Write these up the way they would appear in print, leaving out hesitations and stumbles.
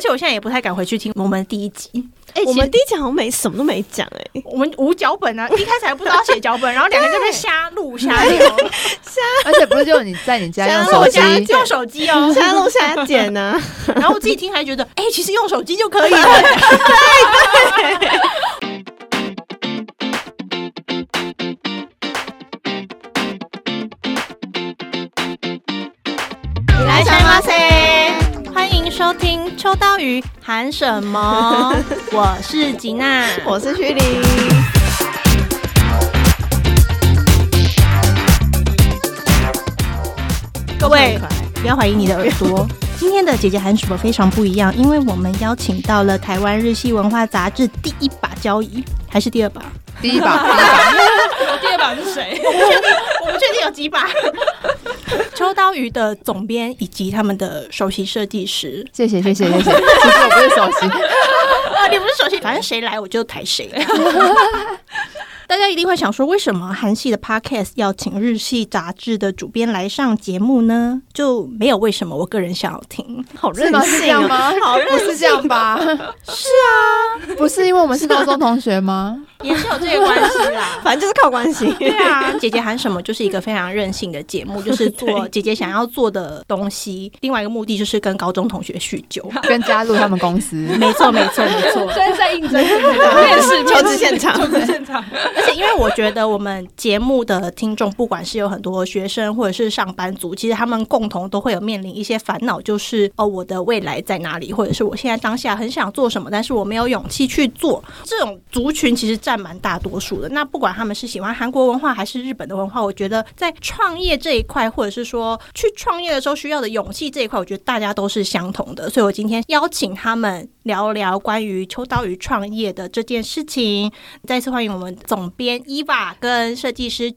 且我现在也不太敢回去听我们第一集。 我们第一集好像什么都没讲我们无脚本啊，一开始还不知道写脚本，然后两个在那边瞎录瞎聊， 而且不是就你在你家用手机， 用手机哦， 瞎录瞎剪啊， 然后我自己听还觉得，其实用手机就可以了。对。你来想吗？欢迎收听秋刀鱼喊什么？我是吉娜， 我是徐玲。 各位不要怀疑你的耳朵。今天的姐姐喊什么非常不一样，因为我们邀请到了台湾日系文化杂志第一把交椅，还是第二把？ 第一把。 第二把是谁？我不确定有几把。秋刀鱼的总编以及他们的首席设计师， 谢谢。其实我不是首席， 你不是首席，反正谁来我就抬谁。大家一定会想说，为什么韩系的 podcast 要请日系杂志的主编来上节目呢？就没有为什么，我个人想要听。 好任性吗？ 好任性， 不是这样吧？ 是啊， 不是因为我们是高中同学吗？ 也是有这个关系啦， 反正就是靠关系。 对啊，姐姐喊什么就是一个非常任性的节目，就是做姐姐想要做的东西。另外一个目的就是跟高中同学酗酒， 跟加入他们公司。 没错。 现在在应征面试求职现场。 而且因为我觉得我们节目的听众，不管是有很多学生或者是上班族，其实他们共同都会有面临一些烦恼，就是我的未来在哪里，或者是我现在当下很想做什么，但是我没有勇气去做。这种族群其实占蛮大多数的。那不管他们是喜欢韩国文化还是日本的文化，我觉得在创业这一块，或者是说去创业的时候需要的勇气这一块，我觉得大家都是相同的。所以我今天邀请他们聊聊关于秋刀鱼创业的这件事情。再次欢迎我们总编Eva跟设计师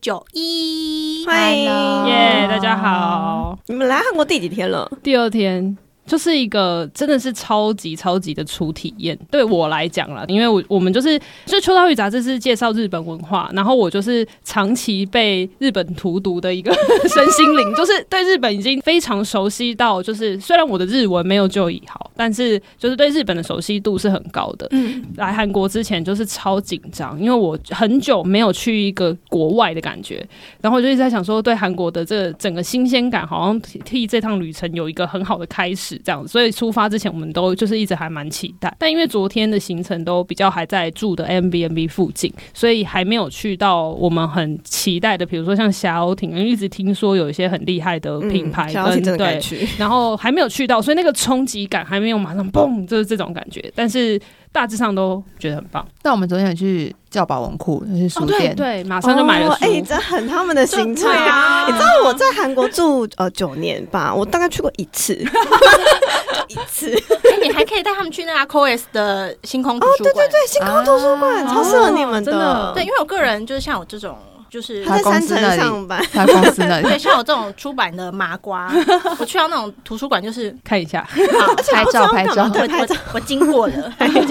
91， 欢迎耶，大家好。 你们来韩国第几天了？ 第二天。就是一个真的是超级的初体验，对我来讲啦，因为我们就秋刀鱼杂志是介绍日本文化，然后我就是长期被日本荼毒的一个身心灵，就是对日本已经非常熟悉到，就是虽然我的日文没有就以好，但是就是对日本的熟悉度是很高的。来韩国之前就是超紧张，因为我很久没有去一个国外的感觉，然后我就一直在想说，对韩国的这整个新鲜感，好像替这趟旅程有一个很好的开始。这样子，所以出发之前我们都就是一直还蛮期待，但因为昨天的行程都比较还在住的 Airbnb 附近，所以还没有去到我们很期待的，比如说像霞欧亭，因为一直听说有一些很厉害的品牌跟对，然后还没有去到，所以那个冲击感还没有马上蹦，就是这种感觉，但是大致上都觉得很棒。 那我们昨天有去教保文库，就是书店， 对，马上就买了书。 这很他们的行程啊！你知道我在韩国住9年吧，我大概去过一次。一次， 你还可以带他们去那 COES 的星空图书馆。 对，星空图书馆超适合你们的。 对，因为我个人就是像我这种。就是在3层上班， 他公司那里。 对，像我这种出版的麻瓜，我去到那种图书馆就是看一下， 拍照。 我经过了，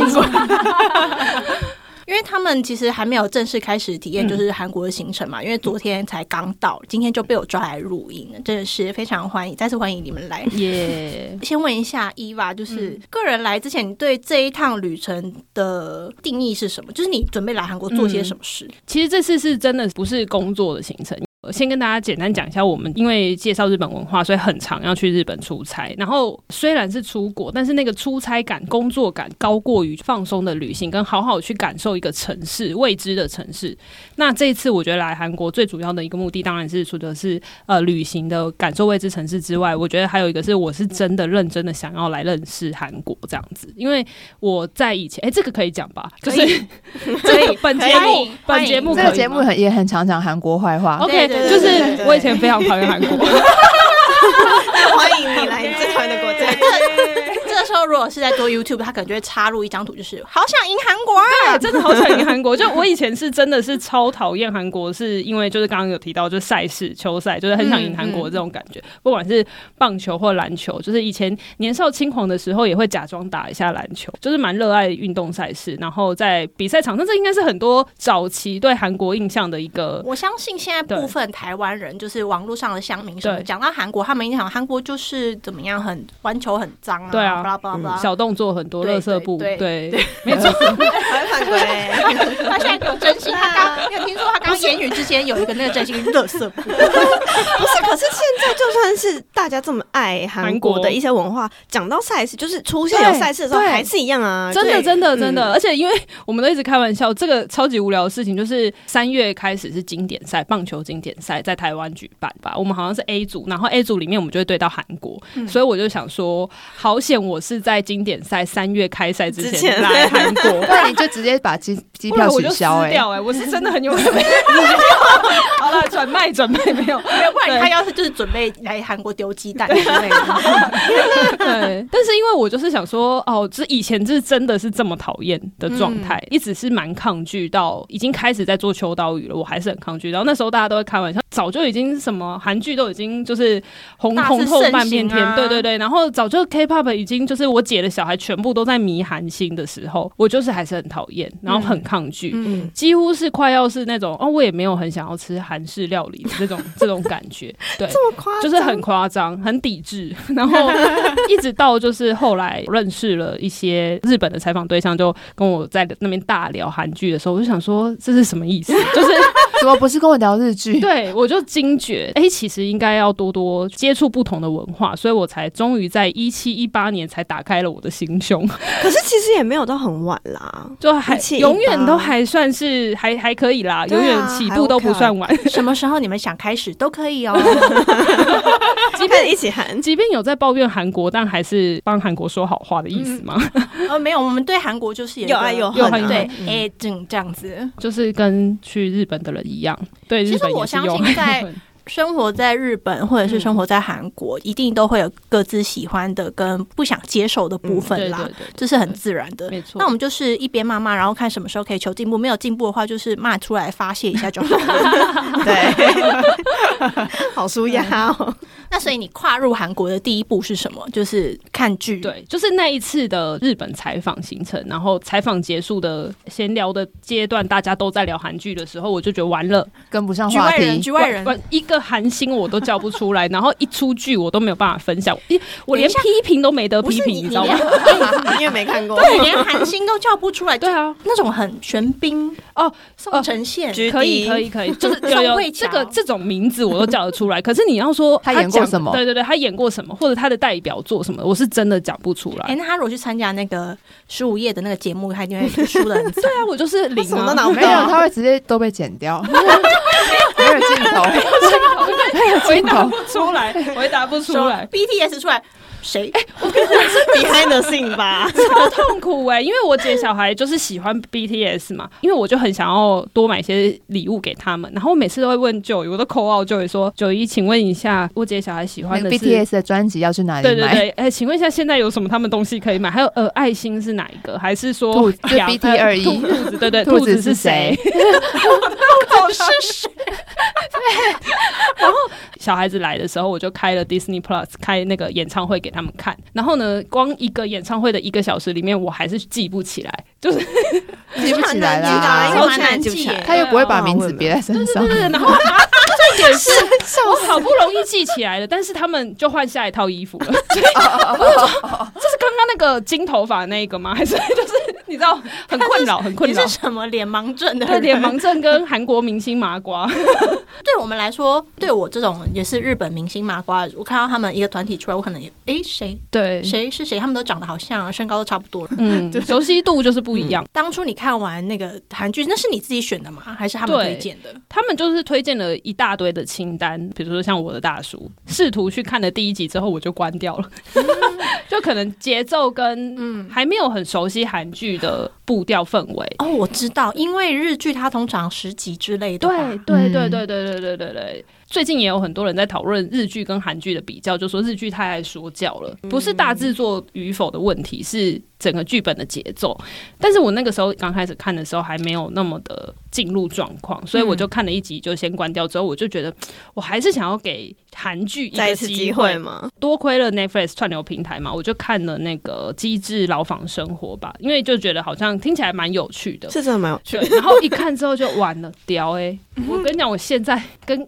因为他们其实还没有正式开始体验就是韩国的行程嘛，因为昨天才刚到，今天就被我抓来录音了，真的是非常欢迎，再次欢迎你们来。先问一下Eva，就是个人来之前，你对这一趟旅程的定义是什么？就是你准备来韩国做些什么事？ 其实这次是真的不是工作的行程。先跟大家简单讲一下，我们因为介绍日本文化，所以很常要去日本出差。然后虽然是出国，但是那个出差感、工作感高过于放松的旅行，跟好好去感受一个城市、未知的城市。那这一次我觉得来韩国最主要的一个目的，当然是除了是旅行的感受未知城市之外，我觉得还有一个是我是真的认真的想要来认识韩国这样子。因为我在以前，这个可以讲吧？就是本节目这个节目也很常讲韩国坏话。 OK。就是我以前非常讨厌韩国， 欢迎你来最讨厌的国家。 这个时候如果是在做 YouTube， 他可能就会插入一张图，就是好想赢韩国对，真的好想赢韩国。就我以前是真的是超讨厌韩国，是因为就是刚刚有提到，就是赛事球赛，就是很想赢韩国这种感觉。不管是棒球或篮球，就是以前年少轻狂的时候，也会假装打一下篮球，就是蛮热爱运动赛事。然后在比赛场上，这应该是很多早期对韩国印象的一个。 我相信现在部分台湾人，就是网络上的乡民什么，讲到韩国，他们一定想韩国就是怎么样，很玩球很脏啊， 对啊， 巴拉巴小动作很多，垃圾部，对，没错， 还犯规。 他现在给我真心，你有听说他刚言语之间有一个那个真心垃圾部？不是， 可是现在就算是大家这么爱韩国的一些文化，讲到赛事，就是出现有赛事的时候还是一样啊， 真的，而且因为我们都一直开玩笑，这个超级无聊的事情就是3月开始是经典赛，棒球经典赛在台湾举办吧，我们好像是 A 组，然后 A 组里面我们就会对到韩国，所以我就想说，好险我是在经典赛3月开赛之前来韩国， 不然你就直接把机票取消我是真的很有好了，转卖没有， 不然他要是就是准备来韩国丢鸡蛋之类的。 对，但是因为我就是想说，这以前是真的是这么讨厌的状态，一直是蛮抗拒到已经开始在做秋刀鱼了，我还是很抗拒。然后那时候大家都会开玩笑，早就已经什么韩剧都已经就是红透半边天，对，然后早就 K-pop 已经就是我姐的小孩全部都在迷韩星的时候，我就是还是很讨厌，然后很抗拒，几乎是快要是那种我也没有很想要吃韩式料理的这种感觉，对， 这么夸张， 就是很夸张，很抵制，然后一直到就是后来认识了一些日本的采访对象，就跟我在那边大聊韩剧的时候，我就想说这是什么意思？就是怎么不是跟我聊日剧？ 对，我就惊觉，其实应该要多多接触不同的文化，所以我才终于在17、18年才打开了我的心胸。 可是其实也没有到很晚啦， 就还永远都还算是还可以啦，永远起步都不算晚。 什么时候你们想开始都可以哦。 即便一起韩， 即便有在抱怨韩国，但还是帮韩国说好话的意思吗？ 没有，我们对韩国就是有爱有恨， 对，这样子， 就是跟去日本的人一样，对日本也是有爱有恨。其实我相信在生活在日本或者是生活在韩国，一定都会有各自喜欢的跟不想接受的部分啦，这是很自然的。没错，那我们就是一边骂，然后看什么时候可以求进步，没有进步的话，就是骂出来发泄一下就好了。 对，好舒压哦。 那所以你跨入韩国的第一步是什么？就是看剧。 对，就是那一次的日本采访行程，然后采访结束的闲聊的阶段，大家都在聊韩剧的时候，我就觉得完了， 跟不上话题。 局外人， 一个韩星我都叫不出来，然后一出剧我都没有办法分享，我连批评都没得批评，你知道吗？ 你也没看过， 对，连韩星都叫不出来。 对啊， 那种很玄彬宋承宪， 可以，就是有这种名字我都叫得出来。可是你要说他演过什么？ 对，他演过什么，或者他的代表作什么，我是真的讲不出来。 那他如果去参加那个15夜的那个节目，他一定会输得很惨。 对啊，我就是零啊， 没有，他会直接都被剪掉，没有镜头， 回答不出来，回答不出来。 BTS 出来。谁？ 我是 behind the scene 吧， 超痛苦因为我姐小孩就是喜欢 BTS 嘛，因为我就很想要多买一些礼物给他们，然后我每次都会问Joey，我都call out Joey说，9请问一下，我姐小孩喜欢的是 BTS 的专辑要去哪里买？ 对，请问一下现在有什么他们东西可以买？还有爱心是哪一个？还是说兔子就 BT21 兔子？对，兔子是谁？ 兔子是谁？ 然后小孩子来的时候，我就开了 Disney Plus， 开那个演唱会给他们看。然后呢，光一个演唱会的1个小时里面，我还是记不起来，就是记不起来啦， 因为蛮难记不起来， 他又不会把名字别在身上。 对，然后重点是我好不容易记起来了，但是他们就换下一套衣服了。所以我就说，这是刚刚那个金头发那个吗？还是就是你知道很困扰？你是什么脸盲症的人？ 对，脸盲症跟韩国明星麻瓜。 对我们来说，对我这种也是日本明星麻瓜，我看到他们一个团体出来，我可能谁？对，谁是谁？他们都长得好像，身高都差不多。熟悉度就是不一样。当初你看完那个韩剧，那是你自己选的吗？还是他们推荐的？ 他们就是推荐了一大堆的清单，比如说像我的大叔，试图去看了第1集之后，我就关掉了。就可能节奏跟还没有很熟悉韩剧的步调氛围。 我知道，因为日剧它通常10集之类的。 对。最近也有很多人在讨论日剧跟韩剧的比较，就说日剧太爱说教了，不是大制作与否的问题，是整个剧本的节奏。但是我那个时候刚开始看的时候还没有那么的进入状况，所以我就看了1集就先关掉。之后我就觉得我还是想要给韩剧一个机会嘛，多亏了 Netflix 串流平台嘛，我就看了那个《机智牢房生活》吧，因为就觉得好像听起来蛮有趣的， 是真的蛮有趣的。 然后一看之后就完了，屌我跟你讲，我现在跟刚刚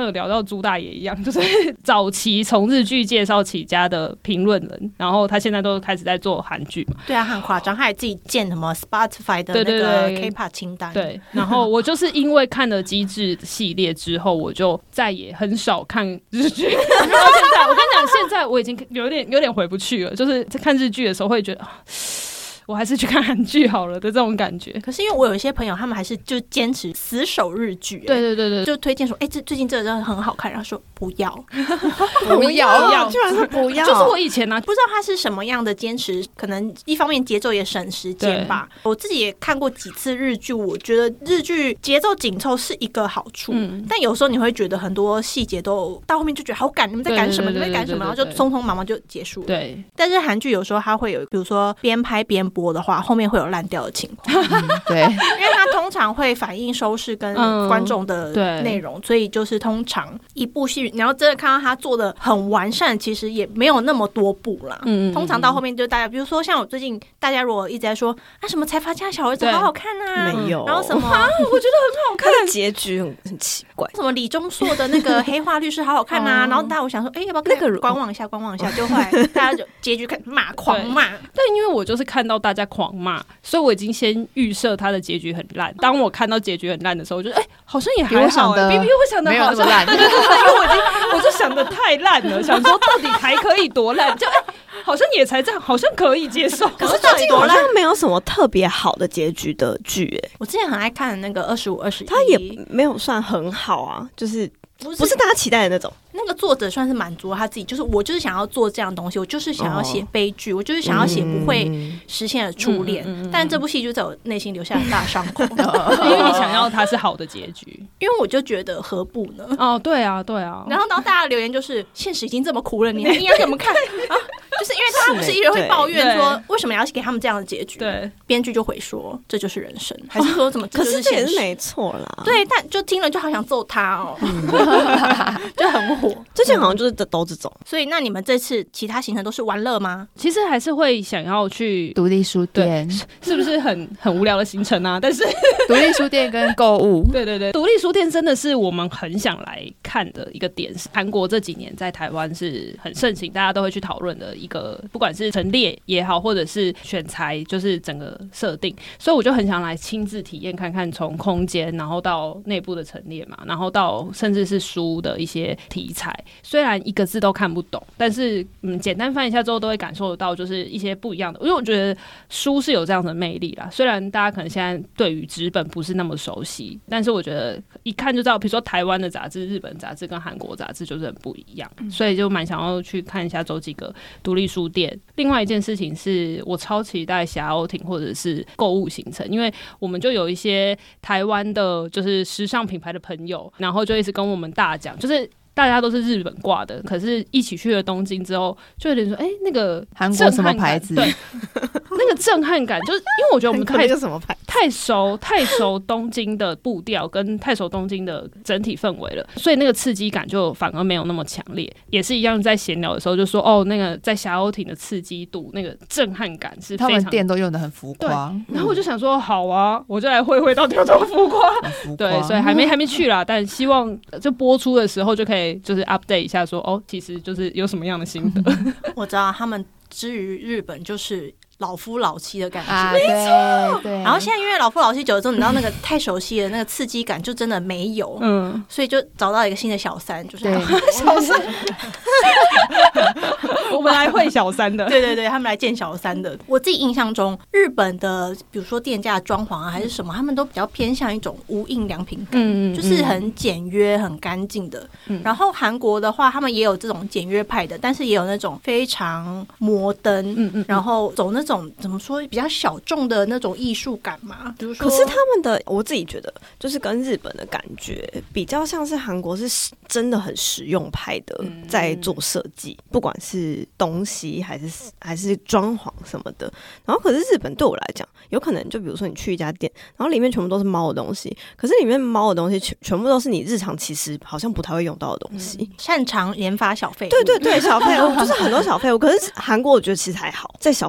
有聊到朱大爷一样，就是早期从日剧介绍起家的评论人，然后他现在都开始在做韩剧嘛。 对啊，很夸张，他还自己建什么 Spotify 的那个 K-pop 清单。 对，然后我就是因为看了机智系列之后，我就再也很少看日剧。然后现在我跟你讲，现在我已经有点回不去了，就是在看日剧的时候会觉得我还是去看韩剧好了的这种感觉。 可是因为我有一些朋友，他们还是就坚持死守日剧， 对，就推荐说，最近这个真的很好看，然后说不要， 居然是不要， 就是我以前呢， 不知道他是什么样的坚持，可能一方面节奏也省时间吧。我自己也看过几次日剧，我觉得日剧节奏紧凑是一个好处，但有时候你会觉得很多细节都到后面就觉得好赶，你们在赶什么？你们在赶什么？然后就匆匆忙忙就结束了。 对， 但是韩剧有时候它会有，比如说边拍边播的话，后面会有烂掉的情况。 对， 因为它通常会反映收视跟观众的内容，所以就是通常一部戏，你要真的看到它做的很完善，其实也没有那么多部啦。通常到后面就大家，比如说像我最近大家如果一直在说什么财阀家小儿子好好看啊， 没有， 然后什么我觉得很好看， 它的结局很奇怪， 什么李钟硕的那个黑化律师好好看啊，然后大家我想说，要不要那个观望一下，就后来大家就结局看狂骂。 但因为我就是看到大家狂骂，所以我已经先预设他的结局很烂。当我看到结局很烂的时候，我就好像也还好，比我想的好像烂。对，因为我就想的太烂了，想说到底还可以多烂，就好像也才这样，好像可以接受。 可是到底多烂？ 好像没有什么特别好的结局的剧， 我之前很爱看的那个25、21， 它也没有算很好啊，就是不是大家期待的那种。 那个作者算是满足他自己，就是我就是想要做这样的东西，我就是想要写悲剧，我就是想要写不会实现的初恋。但这部戏就在我内心留下很大伤口， 因为你想要它是好的结局。 因为我就觉得何不呢？ 对啊。 然后大家的留言就是现实已经这么苦了，你还硬要怎么看啊？就是因为他不是一直会抱怨说为什么要给他们这样的结局？对，编剧就回说这就是人生，还是说怎么？ 可是这也是没错啦。 对，但就听了就好想揍他哦，就很火。 之前好像就是都这种。 所以那你们这次其他行程都是玩乐吗？ 其实还是会想要去独立书店， 是不是很无聊的行程啊？但是独立书店跟购物， 对，独立书店真的是我们很想来看的一个点。韩国这几年在台湾是很盛行，大家都会去讨论的一个，不管是陈列也好，或者是选材，就是整个设定。所以我就很想来亲自体验看看，从空间，然后到内部的陈列嘛，然后到甚至是书的一些题材。虽然一个字都看不懂，但是简单翻一下之后都会感受得到，就是一些不一样的。因为我觉得书是有这样的魅力啦，虽然大家可能现在对于纸本不是那么熟悉，但是我觉得一看就知道，比如说台湾的杂志、日本杂志跟韩国杂志就是很不一样，所以就蛮想要去看一下走几个独立书店。另外一件事情是我超期待霞欧亭或者是购物行程，因为我们就有一些台湾的就是时尚品牌的朋友，然后就一直跟我们大讲，就是大家都是日本挂的，可是一起去了东京之后，就有点说，那个韩国什么牌子？ 对，那个震撼感，就是因为我觉得我们太熟东京的步调跟太熟东京的整体氛围了，所以那个刺激感就反而没有那么强烈。也是一样，在闲聊的时候就说，那个在霞欧亭的刺激度，那个震撼感是非常， 他们店都用得很浮夸。 然后我就想说，好啊，我就来会到底有多浮夸。对，所以还没去啦，但希望就播出的时候就可以就是 update 一下说，其实就是有什么样的心得。 我知道他们之于日本就是老夫老妻的感觉， 没错。对。 然后现在因为老夫老妻久了之后，你知道那个太熟悉的那个刺激感就真的没有，所以就找到一个新的小三，就是小三。我们来会小三的， 对，他们来见小三的。我自己印象中，日本的比如说店家的装潢啊，还是什么，他们都比较偏向一种无印良品感，就是很简约、很干净的。然后韩国的话，他们也有这种简约派的，但是也有那种非常摩登，然后走那种怎么说比较小众的那种艺术感嘛。比如说， 可是他们的我自己觉得，就是跟日本的感觉比较像是韩国是真的很实用派的，在做设计，不管是东西还是装潢什么的。然后可是日本对我来讲，有可能就比如说你去一家店，然后里面全部都是猫的东西，可是里面猫的东西全部都是你日常其实好像不太会用到的东西， 擅长研发小废物。 对，小废物就是很多小废物。可是韩国我觉得其实还好，在小废物这一块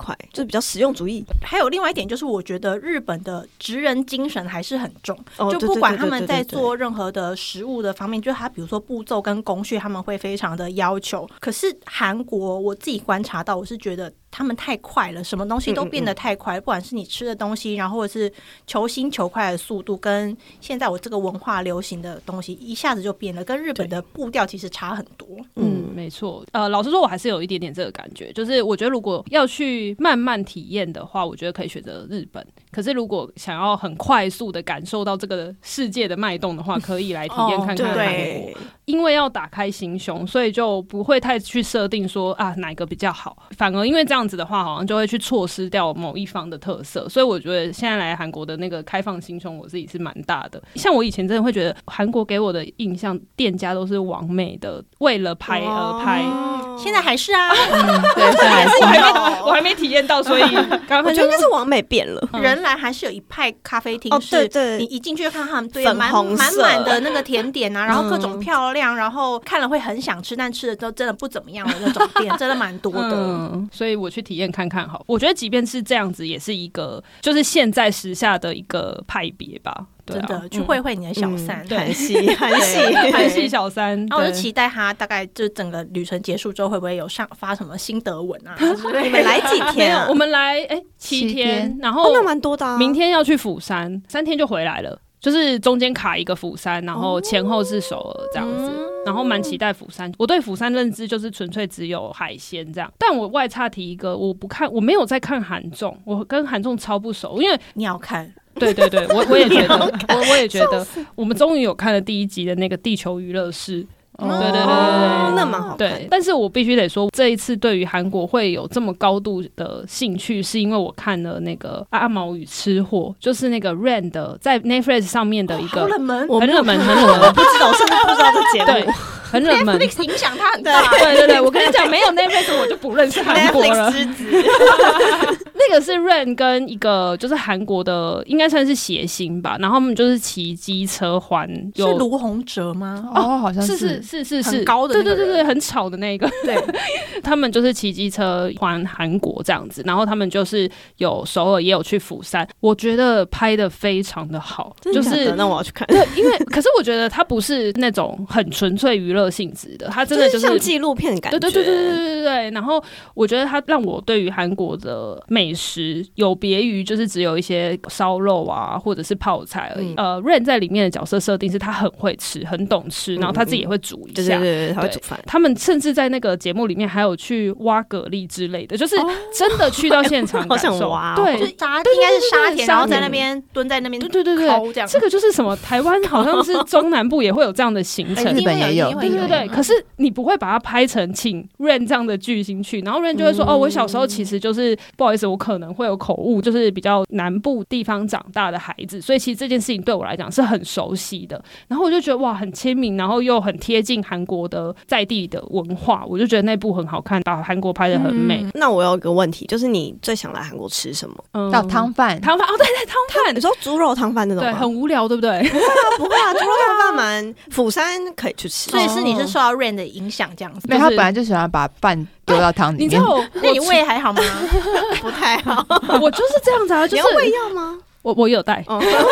块，就是比较实用主义。 还有另外一点就是，我觉得日本的职人精神还是很重，就对不管他们在做任何的食物的方面，就是他比如说步骤跟工序，他们会非常的要求。可是韩国我自己观察到，我是觉得他们太快了，什么东西都变得太快，不管是你吃的东西，然后或者是求新求快的速度，跟现在我这个文化流行的东西一下子就变了，跟日本的步调其实差很多。 没错。老实说，我还是有一点点这个感觉，就是我觉得如果要去慢慢体验的话，我觉得可以选择日本。可是如果想要很快速的感受到这个世界的脉动的话，可以来体验看看韩国。因为要打开心胸，所以就不会太去设定说啊哪一个比较好，反而因为这样子的话，好像就会去错失掉某一方的特色。所以我觉得现在来韩国的那个开放心胸，我自己是蛮大的。像我以前真的会觉得韩国给我的印象，店家都是完美的，为了拍而拍。 现在还是啊， 对，现在还是我还没体验到，所以刚我觉得应该是完美变了。 人来还是有一派咖啡厅是，你一进去就看他们堆满满的那个甜点啊，然后各种漂亮，然后看了会很想吃，但吃了之后真的不怎么样的那种店，真的蛮多的。 所以我去体验看看好。我觉得即便是这样子，也是一个就是现在时下的一个派别吧。 真的去会你的小三， 韩系小三， 然后我就期待他大概就整个旅程结束之后会不会有发什么心得文啊？ 你们来几天啊？ 我们来7天，然后那蛮多的啊。 明天要去釜山，3天就回来了。就是中间卡一个釜山，然后前后是首尔这样子，然后蛮期待釜山。我对釜山认知就是纯粹只有海鲜这样，但我外插提一个，我没有在看韩综，我跟韩综超不熟，因为你要看。 对，我也觉得，我也觉得，我们终于有看了第1集的那个地球娱乐室。对， 那蛮好看。 对，但是我必须得说，这一次对于韩国会有这么高度的兴趣，是因为我看了那个《阿毛与吃货》，就是那个 Rain 的在 Netflix 上面的一个很冷门， 很冷门， 我不知道，我甚至不知道这节目。 对，很冷门， Netflix 影响他很大。 对，我跟你讲，没有 Netflix 我就不认识韩国了。那个是 Rain 跟一个就是韩国的，应该算是谐星吧，然后他们就是骑机车环， 是卢洪哲吗？ 好像是很高的那个人， 对，很吵的那个。 对， 他们就是骑机车环韩国这样子，然后他们就是有首尔也有去釜山，我觉得拍的非常的好，就是那我要去看。 对，因为可是我觉得它不是那种很纯粹娱乐性质的，它真的就是像纪录片的感觉。 对。然后我觉得它让我对于韩国的美食有别于就是只有一些烧肉啊或者是泡菜而已。Rain 在里面的角色设定是他很会吃，很懂吃，然后他自己也会煮一下， 对，他会煮饭。 他们甚至在那个节目里面还有去挖蛤蜊之类的，就是真的去到现场感受。 好想挖对，就应该是沙田，然后在那边蹲在那边， 对，这个就是什么？台湾好像是中南部也会有这样的行程， 日本也有， 对。可是你不会把它拍成请 Rain 这样的巨星去，然后 Rain 就会说我小时候其实就是不好意思，我可能会有口误，就是比较南部地方长大的孩子，所以其实这件事情对我来讲是很熟悉的。然后我就觉得哇，很亲民，然后又很贴近韩国的在地的文化，我就觉得那部很好看，把韩国拍得很美。 那我有个问题，就是你最想来韩国吃什么？ 叫汤饭。 对，汤饭。 你说猪肉汤饭那种吗？ 对，很无聊，对不对？ 不会啊，猪肉汤饭釜山可以去吃。 所以是你是受到 Rain 的影响这样子？ 没有，他本来就喜欢把饭丢到汤里面。 你知道那你胃还好吗？ 不太好。 我就是这样子啊，就是你要胃药吗？ 我有带。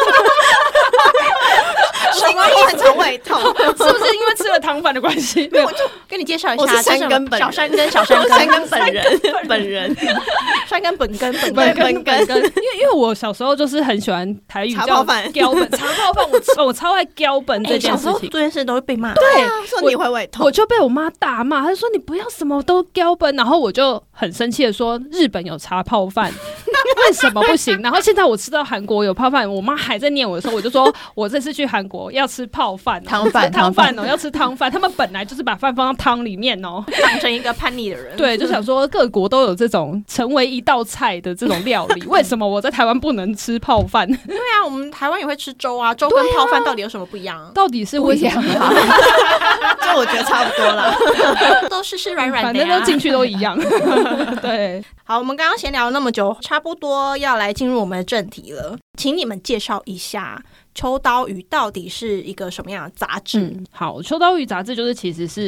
是因为我很常胃痛， 是不是因为吃了汤饭的关系？ 我就跟你介绍一下， 我是山根本人， 小山根本人， 山根本根， 因为我小时候就是很喜欢台语叫标本茶泡饭，我超爱标本这件事情， 这件事都会被骂。 对啊，说你会胃痛， 我就被我妈大骂，她就说你不要什么都标本，然后我就很生气的说日本有茶泡饭，为什么不行？然后现在我吃到韩国有泡饭，我妈还在念我的时候，我就说我这次去韩国要吃泡饭、 汤饭哦，要吃汤饭。他们本来就是把饭放到汤里面哦， 当成一个叛逆的人。 对，就想说各国都有这种成为一道菜的这种料理，为什么我在台湾不能吃泡饭？ 对啊，我们台湾也会吃粥啊，粥跟泡饭到底有什么不一样？ 到底是为什么？ 这我觉得差不多了， 都湿湿软软的， 反正都进去都一样。对， 好，我们刚刚闲聊了那么久，差不多要来进入我们的正题了，请你们介绍一下秋刀鱼到底是一个什么样的杂志？ 好，秋刀鱼杂志就是其实是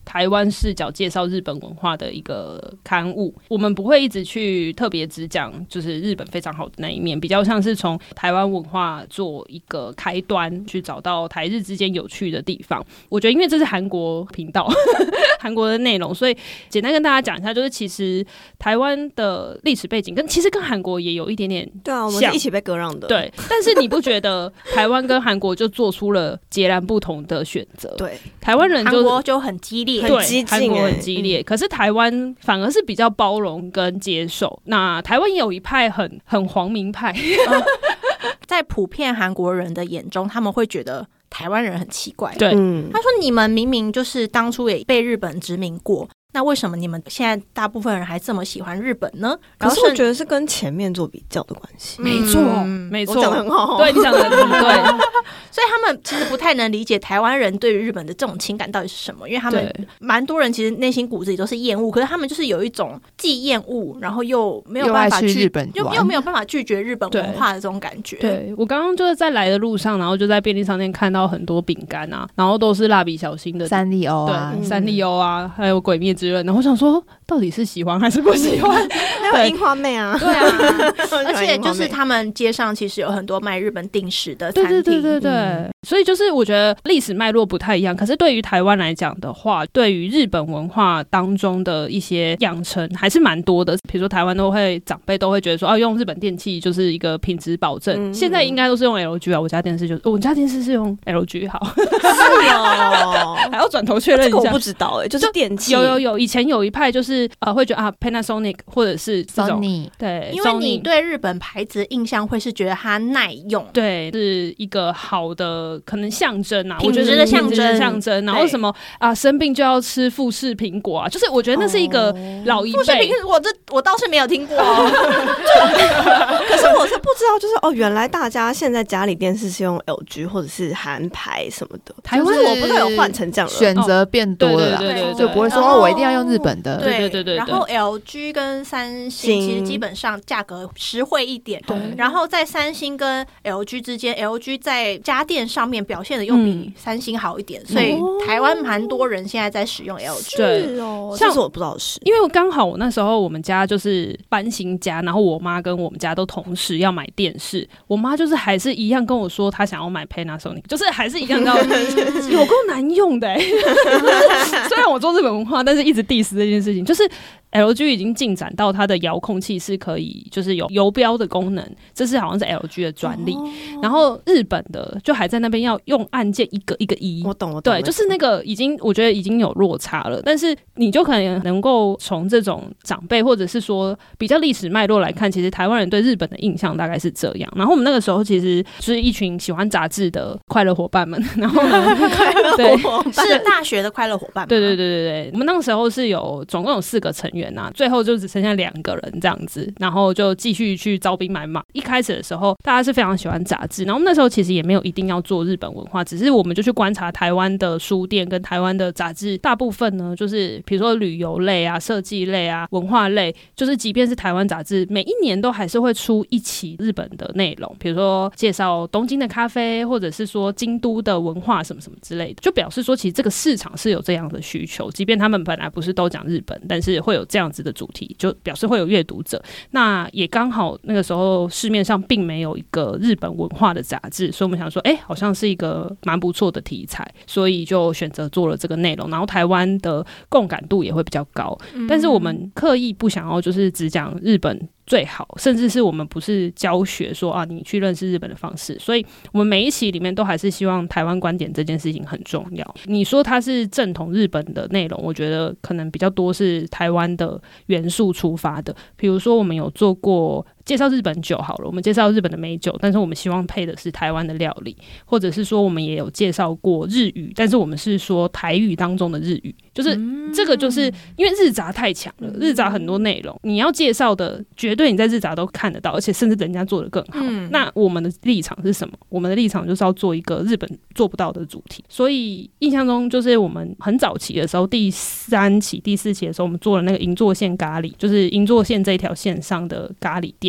台湾视角介绍日本文化的一个刊物。我们不会一直去特别只讲就是日本非常好的那一面，比较像是从台湾文化做一个开端，去找到台日之间有趣的地方。我觉得因为这是韩国频道韩国的内容，所以简单跟大家讲一下，就是其实台湾的历史背景其实跟韩国也有一点点像。 对啊，我们是一起被割让的。 对，但是你不觉得台湾跟韩国就做出了截然不同的选择？ 对， 台湾人韩国就很激烈， 很激进， 韩国很激烈，可是台湾反而是比较包容跟接受。那台湾也有一派很皇民派， 在普遍韩国人的眼中，他们会觉得台湾人很奇怪。 对， 他说你们明明就是当初也被日本殖民过，那为什么你们现在大部分人还这么喜欢日本呢？ 可是我觉得是跟前面做比较的关系。 没错，没错， 我讲得很好， 对，你讲得很对。 所以他们其实不太能理解台湾人对于日本的这种情感到底是什么，因为他们蛮多人其实内心骨子里都是厌恶，可是他们就是有一种既厌恶，然后又没有办法又没有办法拒绝日本文化的这种感觉。 对，我刚刚就是在来的路上，然后就在便利商店看到很多饼干啊，然后都是蜡笔小新的三丽鸥啊， 对，三丽鸥啊，还有鬼灭之刃，然后我想说到底是喜欢还是不喜欢？ 还有樱花妹啊， 对啊，而且就是他们街上其实有很多卖日本定食的餐厅， 对。所以就是我觉得历史脉络不太一样，可是对于台湾来讲的话，对于日本文化当中的一些养成还是蛮多的。比如说台湾长辈都会觉得说，用日本电器就是一个品质保证。现在应该都是用 LG 啊，我家电视是用 LG 好。 是哦， 还要转头确认一下。 这个我不知道就是电器有以前有一派就是会觉得Panasonic 或者是这种 Sony， 对， 因为你对日本牌子的印象会是觉得它耐用， 对，是一个好的可能象征啊， 品质的象征，然后什么生病就要吃富士苹果啊，就是我觉得那是一个老一辈。富士苹果我倒是没有听过可是我是不知道，就是原来大家现在家里电视是用 LG 或者是韩牌什么的，台湾我不知道有换成这样了， 选择变多了啦， 对， 就不会说我一定要用日本的， 对。 然后 LG 跟三星其实基本上价格实惠一点，然后在三星跟 LG 之间 ，LG 在家电上面表现的又比三星好一点，所以台湾蛮多人现在在使用 LG。 是哦，这是我不知道的事， 因为刚好我那时候我们家就是搬新家，然后我妈跟我们家都同时要买电视，我妈就是还是一样跟我说她想要买 Panasonic， 就是还是一样的，有够难用的虽然我做日本文化，但是一直 diss 这件事情，就是。LG 已经进展到它的遥控器是可以就是有游标的功能，这是好像是 LG 的专利，然后日本的就还在那边要用按键一个一个一， 我懂， 对，就是那个我觉得已经有落差了，但是你就可能够从这种长辈或者是说比较历史脉络来看，其实台湾人对日本的印象大概是这样。然后我们那个时候其实就是一群喜欢杂志的快乐伙伴们，然后对，是大学的快乐伙伴吗？ 对，我们那个时候是总共有4个成员。最后就只剩下2个人这样子，然后就继续去招兵买马。一开始的时候，大家是非常喜欢杂志，然后那时候其实也没有一定要做日本文化，只是我们就去观察台湾的书店跟台湾的杂志，大部分呢就是比如说旅游类啊、设计类啊、文化类，就是即便是台湾杂志，每一年都还是会出一期日本的内容，比如说介绍东京的咖啡，或者是说京都的文化什么什么之类的，就表示说其实这个市场是有这样的需求，即便他们本来不是都讲日本，但是会有这样子的主题，就表示会有阅读者。那也刚好那个时候市面上并没有一个日本文化的杂志，所以我们想说好像是一个蛮不错的题材，所以就选择做了这个内容，然后台湾的共感度也会比较高，但是我们刻意不想要就是只讲日本最好，甚至是我们不是教学说你去认识日本的方式，所以我们每一期里面都还是希望台湾观点这件事情很重要。你说它是正统日本的内容，我觉得可能比较多是台湾的元素出发的，比如说我们有做过介绍日本酒好了，我们介绍日本的美酒，但是我们希望配的是台湾的料理，或者是说我们也有介绍过日语，但是我们是说台语当中的日语，就是这个就是因为日杂太强了，日杂很多内容你要介绍的绝对你在日杂都看得到，而且甚至人家做得更好，那我们的立场是什么？我们的立场就是要做一个日本做不到的主题，所以印象中就是我们很早期的时候，第3期第4期的时候，我们做了那个银座线咖喱，就是银座线这一条线上的咖喱店，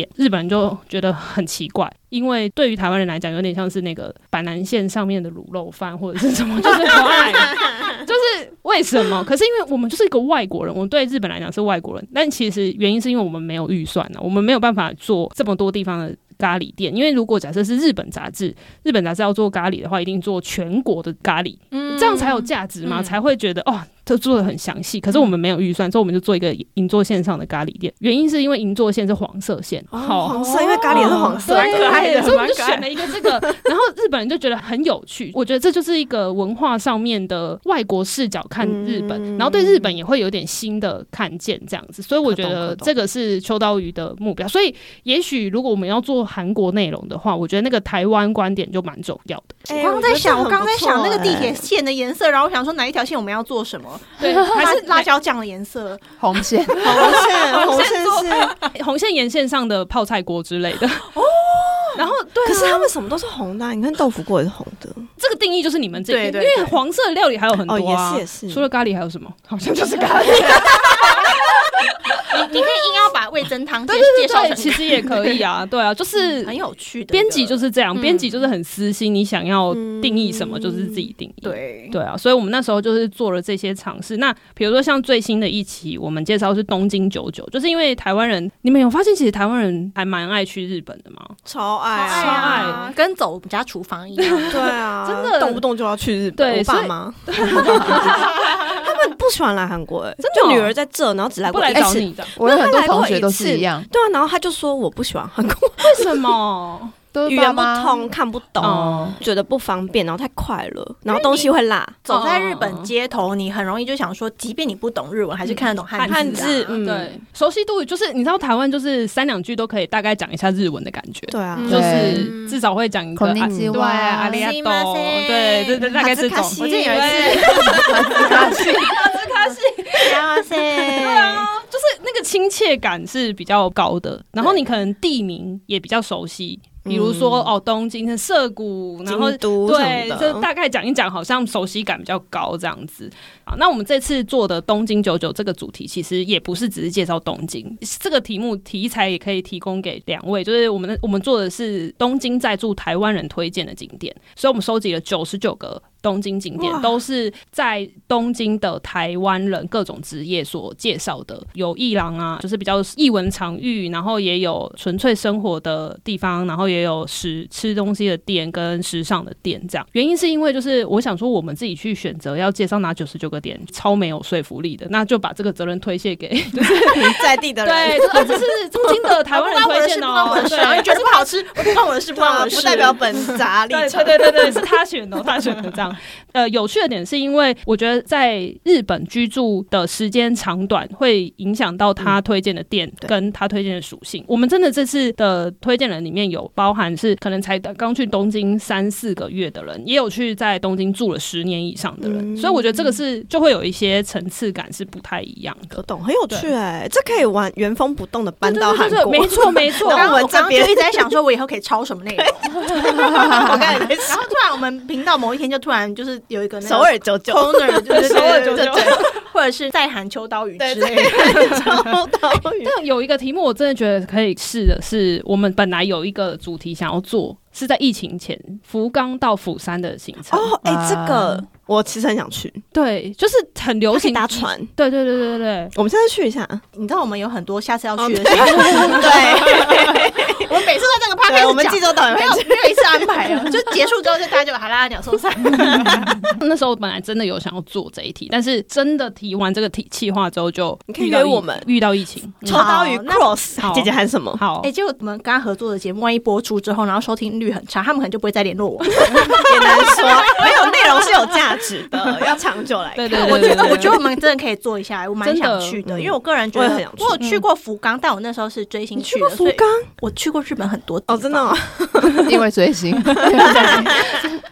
店，日本人就觉得很奇怪，因为对于台湾人来讲，有点像是那个板南线上面的卤肉饭或者是什么，就是很爱，就是为什么？可是因为我们就是一个外国人，我们对日本来讲是外国人，但其实原因是因为我们没有预算我们没有办法做这么多地方的咖喱店，因为如果假设是日本杂志要做咖喱的话，一定做全国的咖喱，这样才有价值嘛，才会觉得这做的很详细。可是我们没有预算，所以我们就做一个银座线上的咖喱店。原因是因为银座线是黄色线， 黄色，因为咖喱是黄色， 可爱的，所以我们就选了一个这个。然后日本人就觉得很有趣，我觉得这就是一个文化上面的外国视角看日本，然后对日本也会有点新的看见这样子。所以我觉得这个是秋刀鱼的目标。所以也许如果我们要做韩国内容的话，我觉得那个台湾观点就蛮重要的。 我刚在想那个地铁线的颜色，然后我想说哪一条线我们要做什么？对，还是辣椒酱的颜色， 红线红线沿线上的泡菜锅之类的。然后对， 可是他们什么都是红的，你看豆腐锅也是红的。 这个定义就是你们这个，因为黄色的料理还有很多也是。 除了咖喱还有什么？好像就是咖喱。 你可以硬要把味噌汤介绍成， 其实也可以啊，对啊，就是很有趣的。 编辑就是这样，编辑就是很私心，你想要定义什么就是自己定义。对啊，所以我们那时候就是做了这些尝试。那比如说像最新的一期，我们介绍是东京99，就是因为台湾人，你们有发现其实台湾人还蛮爱去日本的吗？ 超爱， 跟走我们家厨房一样。 对啊， 真的动不动就要去日本。 对， 我爸妈他们不喜欢来韩国，真的，就女儿在这，然后只来过一次， 不来找你的。 我有很多同学都是一样。 对啊，然后他就说我不喜欢韩国， 为什么？ 语言不通，看不懂，觉得不方便，然后太快了，然后东西会辣。 走在日本街头，你很容易就想说，即便你不懂日文，还是看得懂汉字。 对，熟悉度就是你知道台湾就是3、2句都可以大概讲一下日文的感觉。 对啊， 就是至少会讲一个对阿里亚多，对，大概这种。 我记得有一次， 卡西，对啊，就是那个亲切感是比较高的，然后你可能地名也比较熟悉。比如说东京、涩谷，然后对，就大概讲一讲，好像熟悉感比较高这样子。好，那我们这次做的东京99这个主题，其实也不是只是介绍东京，这个题材也可以提供给2位，就是我们做的是东京在住台湾人推荐的景点，所以我们收集了99个东京景点，都是在东京的台湾人各种职业所介绍的，有艺廊啊，就是比较艺文场域，然后也有纯粹生活的地方，然后也有吃东西的店跟时尚的店这样。原因是因为就是我想说我们自己去选择要介绍哪99个点超没有说服力的，那就把这个责任推卸给就是在地的人。 对，这是东京的台湾人推荐哦， 对，觉得不好吃不关我的事，不关我的事， 不代表本杂立场。 对，是他选的，他选的这样。有趣的点是因为我觉得在日本居住的时间长短会影响到他推荐的店跟他推荐的属性。我们真的这次的推荐人里面有包含是可能才刚去东京3、4个月的人，也有去在东京住了10年以上的人，所以我觉得这个是就会有一些层次感是不太一样的。 我懂，很有趣这可以玩原封不动的搬到韩国。 没错。 然后我刚刚就一直在想说，我以后可以抄什么内容。 我刚才在想， 然后突然我们频道某一天就突然就是有一个首尔99 corner， 就是首尔99， 或者是在韩秋刀鱼之类的。 秋刀鱼。 但有一个题目我真的觉得可以试的是，我们本来有一个主题想要做，是在疫情前福冈到釜山的行程。 这个我其实很想去。 对，就是很流行搭船。 对， 我们现在去一下。 你知道我们有很多下次要去的行程。对。我们每次在这个 podcast 我们济州岛没有一次安排了，就结束之后就大家就好啦，鸟兽散。 那时候本来真的有想要做这一题，但是真的提完这个企划之后就你可以约我们遇到疫情。 秋刀鱼 cross 姐姐喊什么？ 好， 结果我们刚刚合作的节目万一播出之后，然后收听率很差，他们可能就不会再联络我。 也难说，没有内容是有价值的，要长久来看。 对， 我觉得我们真的可以做一下，我蛮想去的，因为我个人觉得我有去过福冈，但我那时候是追星去的。 福冈， 我去过日本很多地方。 真的吗？ 因为追星。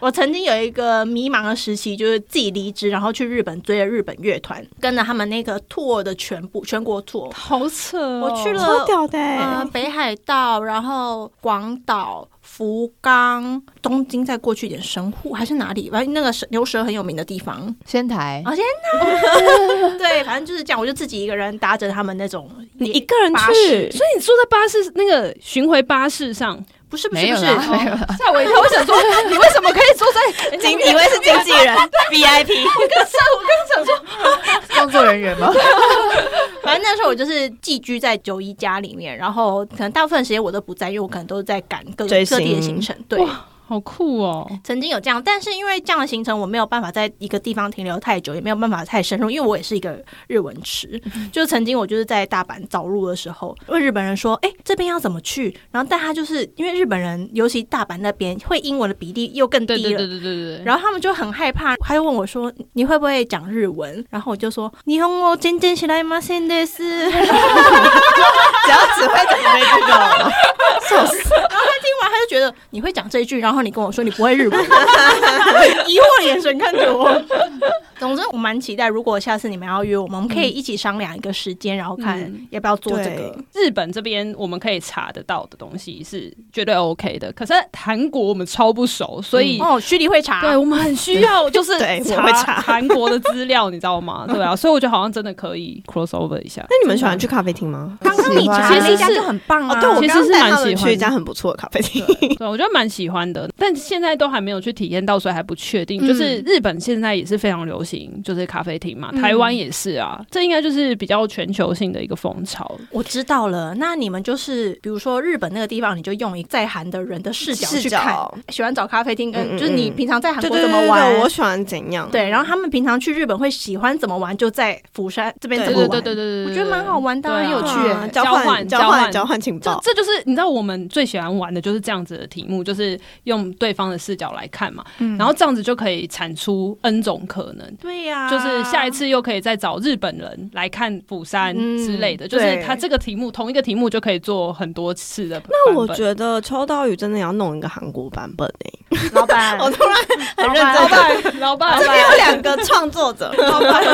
我曾经有一个迷茫的时期，就是自己离职，然后去日本追了日本乐团，跟着他们那个 tour 的全国 tour， 好扯哦！ 我去了超屌的北海道，然后广岛、福冈、东京，再过去一点神户还是哪里？反正那个牛舌很有名的地方， 仙台仙台，对，反正就是这样，我就自己一个人搭着他们那种， 你一个人去， 所以你坐在巴士那个巡回巴士上。 不是没有啦，没有啦， 吓我一跳！我想说，你为什么可以坐在以为是经纪人 VIP？ 我刚想说， 工作人员吗？ 反正那时候我就是寄居在91家里面，然后可能大部分时间我都不在，因为我可能都是在赶各地的行程。对， 好酷哦！ 曾经有这样，但是因为这样的行程我没有办法在一个地方停留太久，也没有办法太深入，因为我也是一个日文痴。就曾经我就是在大阪找路的时候，问日本人说：“这边要怎么去？”然后但他就是因为日本人，尤其大阪那边会英文的比例又更低了， 对。 然后他们就很害怕，他就问我说：“你会不会讲日文？”然后我就说：“日本語全然知りませんです。” 只要只会讲这个，笑死！ 然后他听完他就觉得你会讲这一句，然后你跟我说你不会日文，疑惑的眼神看着我。总之我蛮期待，如果下次你们要约我们可以一起商量一个时间，然后看要不要做这个。 日本这边我们可以查得到的东西是绝对 OK 的，可是韩国我们超不熟，所以虚拟会查， 对我们很需要就是查韩国的资料，你知道吗？对啊，所以我觉得好像真的可以 cross over 一下。 那你们喜欢去咖啡厅吗？ 刚刚你查那家就很棒啊， 对，我其实是蛮喜欢去一家很不错的咖啡厅， 对，我觉得蛮喜欢的，但现在都还没有去体验到，所以还不确定。就是日本现在也是非常流行，就是咖啡厅嘛，台湾也是啊，这应该就是比较全球性的一个风潮。 我知道了，那你们就是比如说日本那个地方，你就用一在韩的人的视角去看，喜欢找咖啡厅，跟就是你平常在韩国怎么玩， 对，我喜欢怎样， 对，然后他们平常去日本会喜欢怎么玩，就在釜山这边怎么玩， 对， 我觉得蛮好玩的，很有趣， 交换情报， 这就是你知道我们最喜欢玩的就是这样子的题目，就是用对方的视角来看嘛，然后这样子就可以产出 N 种可能， 对呀， 就是下一次又可以再找日本人来看釜山之类的，就是他这个题目同一个题目就可以做很多次的版本。 那我觉得秋刀鱼真的要弄一个韩国版本老板， 我突然很认真， 老板， 这边有2个创作者，老板，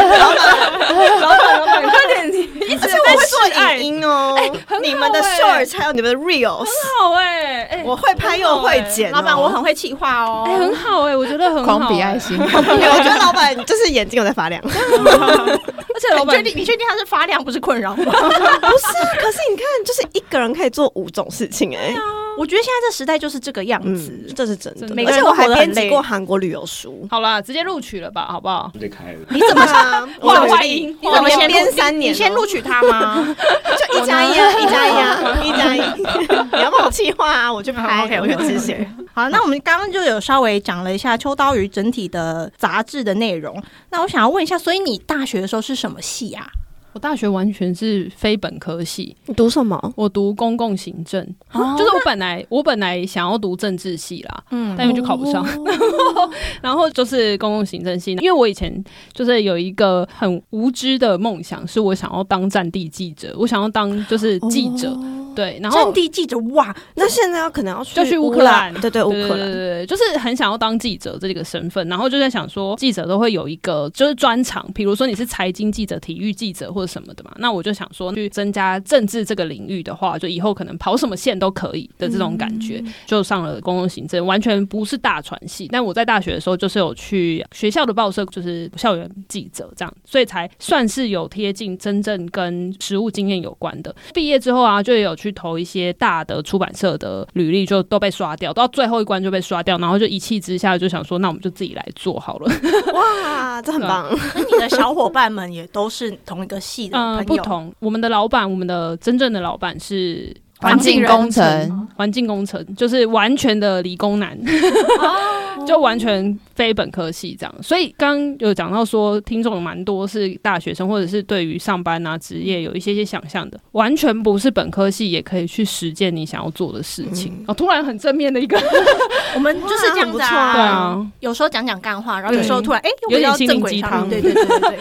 快点，一直在做影音哦，你们的 shorts 还有你们的 reels， 很好我会拍又会剪， 老板我很会企划哦， 很好我觉得很好， 狂比爱心， 我觉得老板就是眼睛有在发亮， 而且老板， 你确定他是发亮不是困扰吗？不是啊，可是你看，就是一个人可以做5种事情我觉得现在这时代就是这个样子， 这是真的。 每个人都还编辑过韩国旅游书。 好啦，直接录取了吧，好不好？ 就开了。 你怎么欢迎？ 你怎么先编3年？ 你先录取他吗？ 就1+1啊，1+1，1+1。你要帮我企划啊，我去拍，我去执行。 好，那我们刚刚就有稍微讲了一下秋刀鱼整体的杂志的内容。那我想要问一下，所以你大学的时候是什么系啊？ 我大学完全是非本科系。 你读什么？ 我读公共行政，就是我本来想要读政治系啦，但因为就考不上，然后就是公共行政系。因为我以前就是有一个很无知的梦想，是我想要当战地记者，我想要当就是记者。对，然后战地记者哇， 那现在可能要去乌克兰， 对，乌克兰， 对，就是很想要当记者这个身份，然后就在想说，记者都会有一个就是专长，比如说你是财经记者、体育记者或者什么的嘛，那我就想说去增加政治这个领域的话，就以后可能跑什么线都可以的这种感觉，就上了公共行政，完全不是大传系，但我在大学的时候就是有去学校的报社，就是校园记者这样，所以才算是有贴近真正跟实务经验有关的。毕业之后啊，就有去投一些大的出版社的履历，就都被刷掉，到最后一关就被刷掉，然后就一气之下就想说，那我们就自己来做好了。 哇，这很棒！ 那你的小伙伴们也都是同一个系的朋友？ 不同。我们的老板，我们的真正的老板是环境工程就是完全的理工男，就完全非本科系这样。所以刚刚有讲到说，听众有蛮多是大学生，或者是对于上班啊、职业有一些想象的，完全不是本科系也可以去实践你想要做的事情。突然很正面的一个， 我们就是这样子啊。 对啊， 有时候讲干话，然后有时候突然又有点回到正轨上面。对。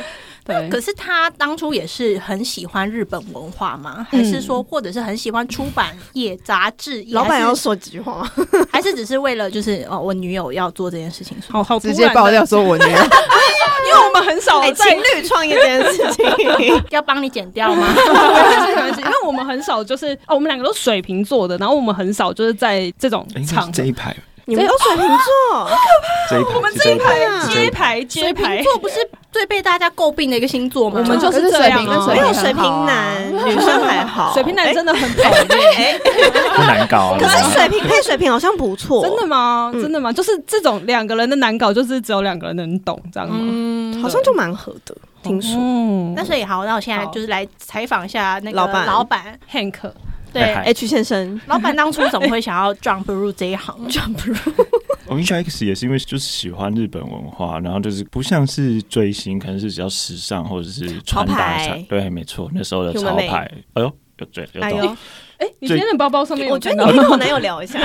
对， 可是他当初也是很喜欢日本文化吗？还是说，或者是很喜欢出版业、杂志业？ 老板要说几句话吗？ 还是只是为了就是我女友要做这件事情？ 好直接爆料说我女友， 因为我们很少在情侣创业这件事情， 要帮你剪掉吗？ 没关系，因为我们很少就是我们两个都水瓶座的，然后我们很少就是在这种场合这一排， 你们都水瓶座， 这一排， 我们这一排这一水瓶座不是最被大家诟病的一个星座吗？ 我们就是这样啊， 没有水瓶男，女生还好， 水瓶男真的很讨厌， 不难搞啊。 可是水瓶配水瓶好像不错， 真的吗？真的吗？就是这种两个人的难搞，就是只有两个人能懂，这样吗？ 好像就蛮合的，听说。 那所以好，那我现在就是来采访一下那个老板 Hank。 对 H 先生， 老板当初怎么会想要 jump 入这一行？jump 入， 我印象 X 也是因为就是喜欢日本文化，然后就是不像是追星，可能是比较时尚或者是穿搭上，对，没错，那时候的潮牌，哎呦，有懂。 你今天的包包上面有， 我觉得你跟我男友聊一下。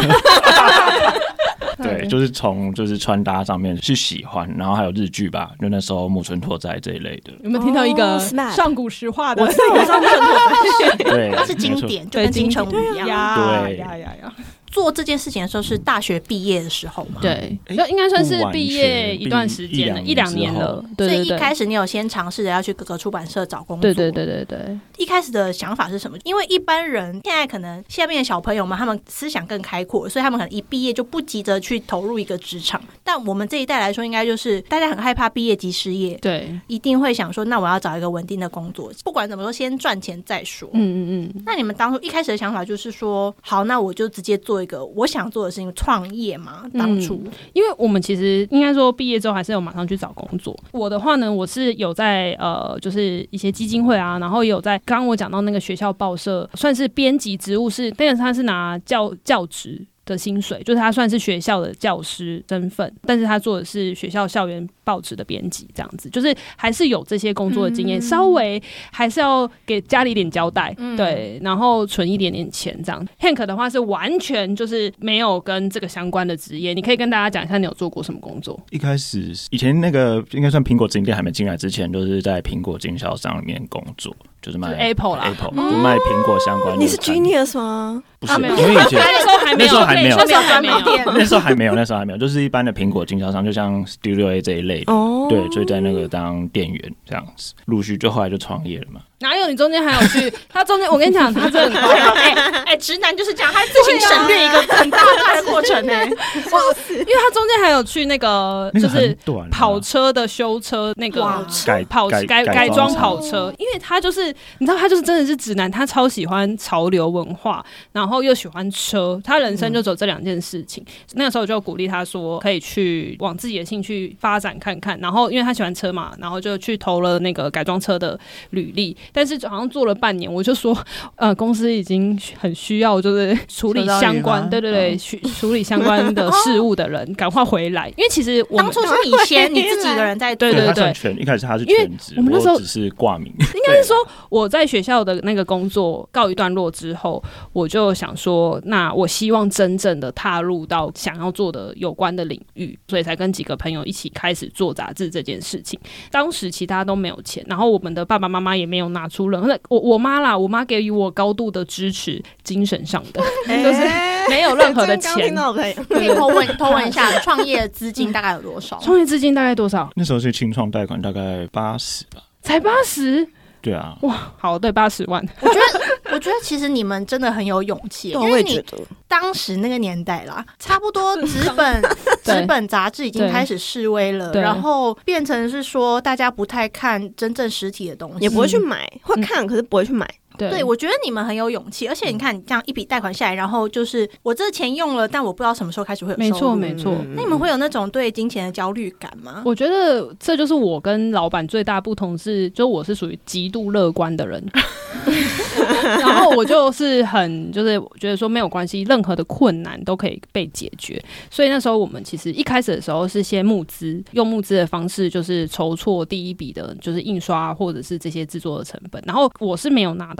对，就是从就是穿搭上面去喜欢，然后还有日剧吧，就那时候木村拓哉这一类的。 有没有听到一个上古石化的？ 我知道木村拓哉， 对， 它是经典，就跟金城武一样。 对呀。 做这件事情的时候是大学毕业的时候嘛？ 对，应该算是毕业一段时间了，1-2年了。 所以一开始你有先尝试着要去各个出版社找工作。 对。 一开始的想法是什么？因为一般人现在可能下面的小朋友们，他们思想更开阔，所以他们可能一毕业就不急着去投入一个职场。但我们这一代来说，应该就是大家很害怕毕业即失业， 对， 一定会想说，那我要找一个稳定的工作，不管怎么说，先赚钱再说。那你们当初一开始的想法就是说，好，那我就直接做一个我想做的事情，创业嘛。当初， 因为我们其实应该说毕业之后还是有马上去找工作。我的话呢，我是有在就是一些基金会啊，然后也有在刚刚我讲到那个学校报社，算是编辑职务是，但是他是拿教职的薪水，就是他算是学校的教师身份，但是他做的是学校校园报纸的编辑，这样子，就是还是有这些工作的经验，稍微还是要给家里一点交代，对，然后存一点点钱这样。Hank 的话是完全就是没有跟这个相关的职业，你可以跟大家讲一下你有做过什么工作？ 一开始以前那个应该算苹果直营店还没进来之前，就是在苹果经销商里面工作，就是卖 Apple 啦 ，Apple 就卖苹果相关的。 你是 Genius 吗？ 不是， 没有， 因为以前那时候还没有， 那时候还没有，就是一般的苹果经销商，就像 Studio A 这一类的，对，所以在那个当店员这样子，陆续就后来就创业了嘛。 哪有？你中间还有去？他中间我跟你讲，他真的很直男就是这样，他自行省略一个很大的过程因为他中间还有去那个就是跑车的修车那个改装跑车，因为他就是你知道他就是真的是直男，他超喜欢潮流文化，然后又喜欢车，他人生就走这2件事情。那个时候我就鼓励他说可以去往自己的兴趣发展看看，然后因为他喜欢车嘛，然后就去投了那个改装车的履历。但是好像做了半年，我就说，公司已经很需要就是处理相关，对，处理相关的事务的人，赶快回来。因为其实我们当初是你先，你自己一个人在对， 一开始他是全职，我们那时候只是挂名。 应该是说我在学校的那个工作告一段落之后，我就想说，那我希望真正的踏入到想要做的有关的领域，所以才跟几个朋友一起开始做杂志这件事情。当时其他都没有钱，然后我们的爸爸妈妈也没有拿出任何，我妈给予我高度的支持，精神上的，就是没有任何的钱。 可以偷问一下，创业资金大概有多少？ 创业资金大概多少？ 那时候是清创贷款，大概80吧。 才80？ 对啊， 哇，好，对，80万。 我觉得其实你们真的很有勇气，因为你当时那个年代啦，差不多纸本杂志已经开始式微了，然后变成是说大家不太看真正实体的东西， 也不会去买，会看可是不会去买。 对，我觉得你们很有勇气，而且你看，你这样一笔贷款下来，然后就是我这钱用了，但我不知道什么时候开始会有收入。 没错。 那你们会有那种对金钱的焦虑感吗？ 我觉得这就是我跟老板最大不同是，就我是属于极度乐观的人，然后我就是很就是觉得说没有关系，任何的困难都可以被解决。所以那时候我们其实一开始的时候是先募资，用募资的方式就是筹措第一笔的，就是印刷或者是这些制作的成本。然后我是没有拿到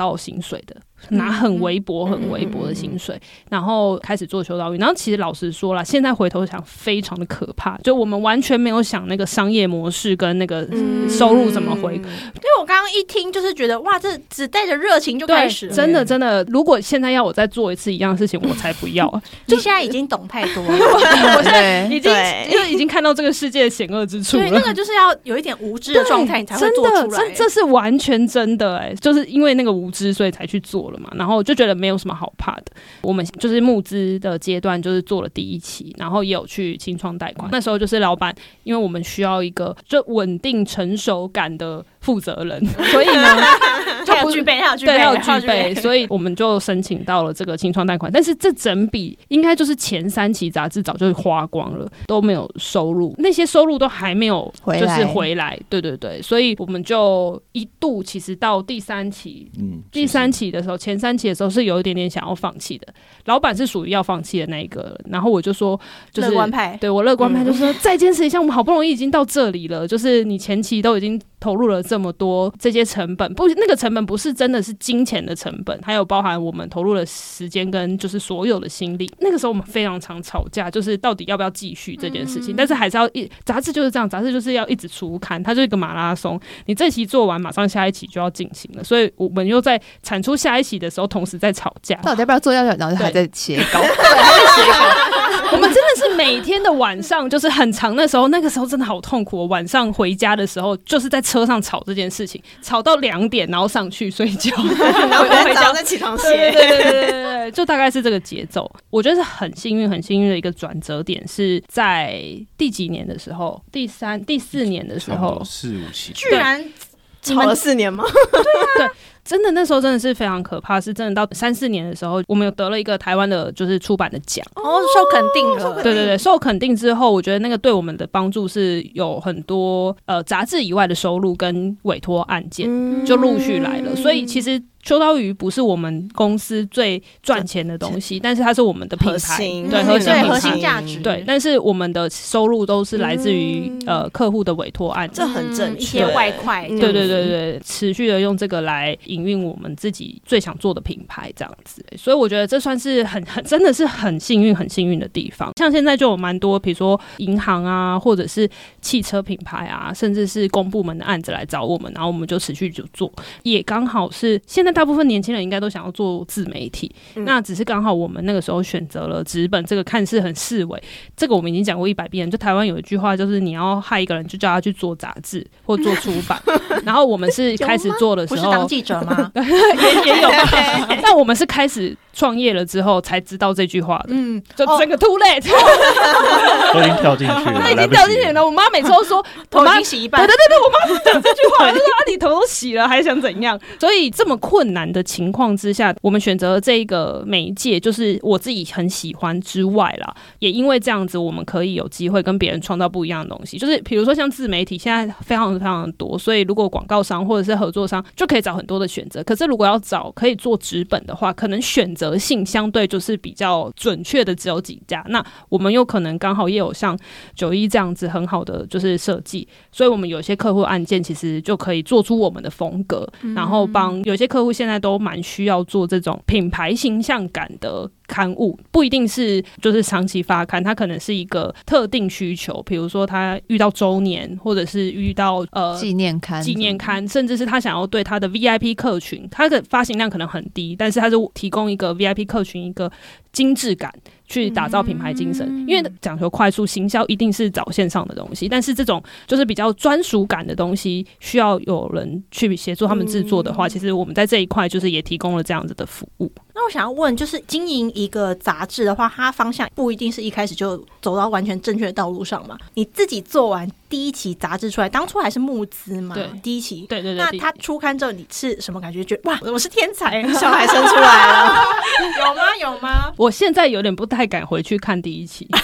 到薪水的，拿很微薄很微薄的薪水，然后开始做秋刀鱼。然后其实老实说啦，现在回头想非常的可怕，就我们完全没有想那个商业模式跟那个收入怎么回。因为我刚刚一听就是觉得哇，这只带着热情就开始了。 真的真的，如果现在要我再做一次一样的事情，我才不要。 你现在已经懂太多了， 我现在已经看到这个世界的险恶之处了。 对，那个就是要有一点无知的状态，你才会做出来。 这是完全真的就是因为那个无知，所以才去做了嘛。然后就觉得没有什么好怕的。我们就是募资的阶段，就是做了第一期，然后也有去青创贷款。那时候就是老板，因为我们需要一个就稳定成熟感的负责人，所以呢， 他有具备， 所以我们就申请到了这个青创贷款。但是这整笔应该就是前3期杂志早就花光了，都没有收入，那些收入都还没有就是回来。对对对，所以我们就一度其实到第3期，第3期的时候，前3期的时候是有一点点想要放弃的。老板是属于要放弃的那一个，然后我就说，就是乐观派， 对我乐观派就说再坚持一下，我们好不容易已经到这里了，就是你前期都已经投入了这么多这些成本，不，那个成本不是真的是金钱的成本，还有包含我们投入的时间跟就是所有的心力。那个时候我们非常常吵架，就是到底要不要继续这件事情，但是还是要杂志就是这样，杂志就是要一直出刊，它就是一个马拉松，你这期做完马上下一期就要进行了，所以我们又在产出下一期的时候同时在吵架， 到底要不要做，然后还在写稿。 我们真的是每天的晚上就是很长，那个时候真的好痛苦。我晚上回家的时候就是在车上吵这件事情，吵到2点，然后上去睡觉， 然后回家再起床写。 对，就大概是这个节奏。我觉得是很幸运的一个转折点，是在第几年的时候，第4年的时候 ，4、5期， 居然吵了4年吗？ 对啊，对。真的那时候真的是非常可怕，是真的到3、4年的时候，我们有得了一个台湾的就是出版的奖， 受肯定了。 对，受肯定之后，我觉得那个对我们的帮助是有很多杂志以外的收入跟委托案件就陆续来了，所以其实秋刀鱼不是我们公司最赚钱的东西，但是它是我们的品牌，对核心价值， 对。但是我们的收入都是来自于客户的委托案， 这很正确， 一些外快， 对，持续的用这个来营运我们自己最想做的品牌，这样子。所以我觉得这算是真的是很幸运的地方。像现在就有蛮多，比如说银行啊，或者是汽车品牌啊，甚至是公部门的案子来找我们，然后我们就持续就做，也刚好是现在大部分年轻人应该都想要做自媒体，那只是刚好我们那个时候选择了纸本这个看似很式微，这个我们已经讲过100遍，就台湾有一句话就是你要害一个人就叫他去做杂志或做出版然后我们是开始做的时候不是当记者吗？ 也有但我们是开始创业了之后才知道这句话的，就整个 too late 都已经跳进去了， 已经掉进去了。我妈每次都说头已经洗一半， 对，我妈讲这句话就说你头都洗了还想怎样？所以这么困难的情况之下，我们选择这个媒介，就是我自己很喜欢之外啦，也因为这样子，我们可以有机会跟别人创造不一样的东西。就是比如说像自媒体，现在非常非常的多，所以如果广告商或者是合作商就可以找很多的选择。可是如果要找可以做纸本的话，可能选择性相对就是比较准确的只有几家。那我们有可能刚好也有像91这样子很好的就是设计，所以我们有些客户案件其实就可以做出我们的风格，然后帮有些客户现在都蛮需要做这种品牌形象感的刊物，不一定是就是长期发刊，它可能是一个特定需求，比如说他遇到周年，或者是遇到纪念刊， 甚至是他想要对他的 VIP 客群，他的发行量可能很低，但是他是提供一个 VIP 客群一个精致感，去打造品牌精神。因为讲求快速行销，一定是找线上的东西，但是这种就是比较专属感的东西，需要有人去协助他们制作的话，其实我们在这一块就是也提供了这样子的服务。 那我想要问，就是经营一个杂志的话，它方向不一定是一开始就走到完全正确的道路上嘛？你自己做完第一期杂志出来，当初还是募资嘛？ 对， 第一期， 对。 那它出刊之后，你是什么感觉？觉得哇，我是天才， 小孩生出来了， 有吗？ 我现在有点不太敢回去看第一期，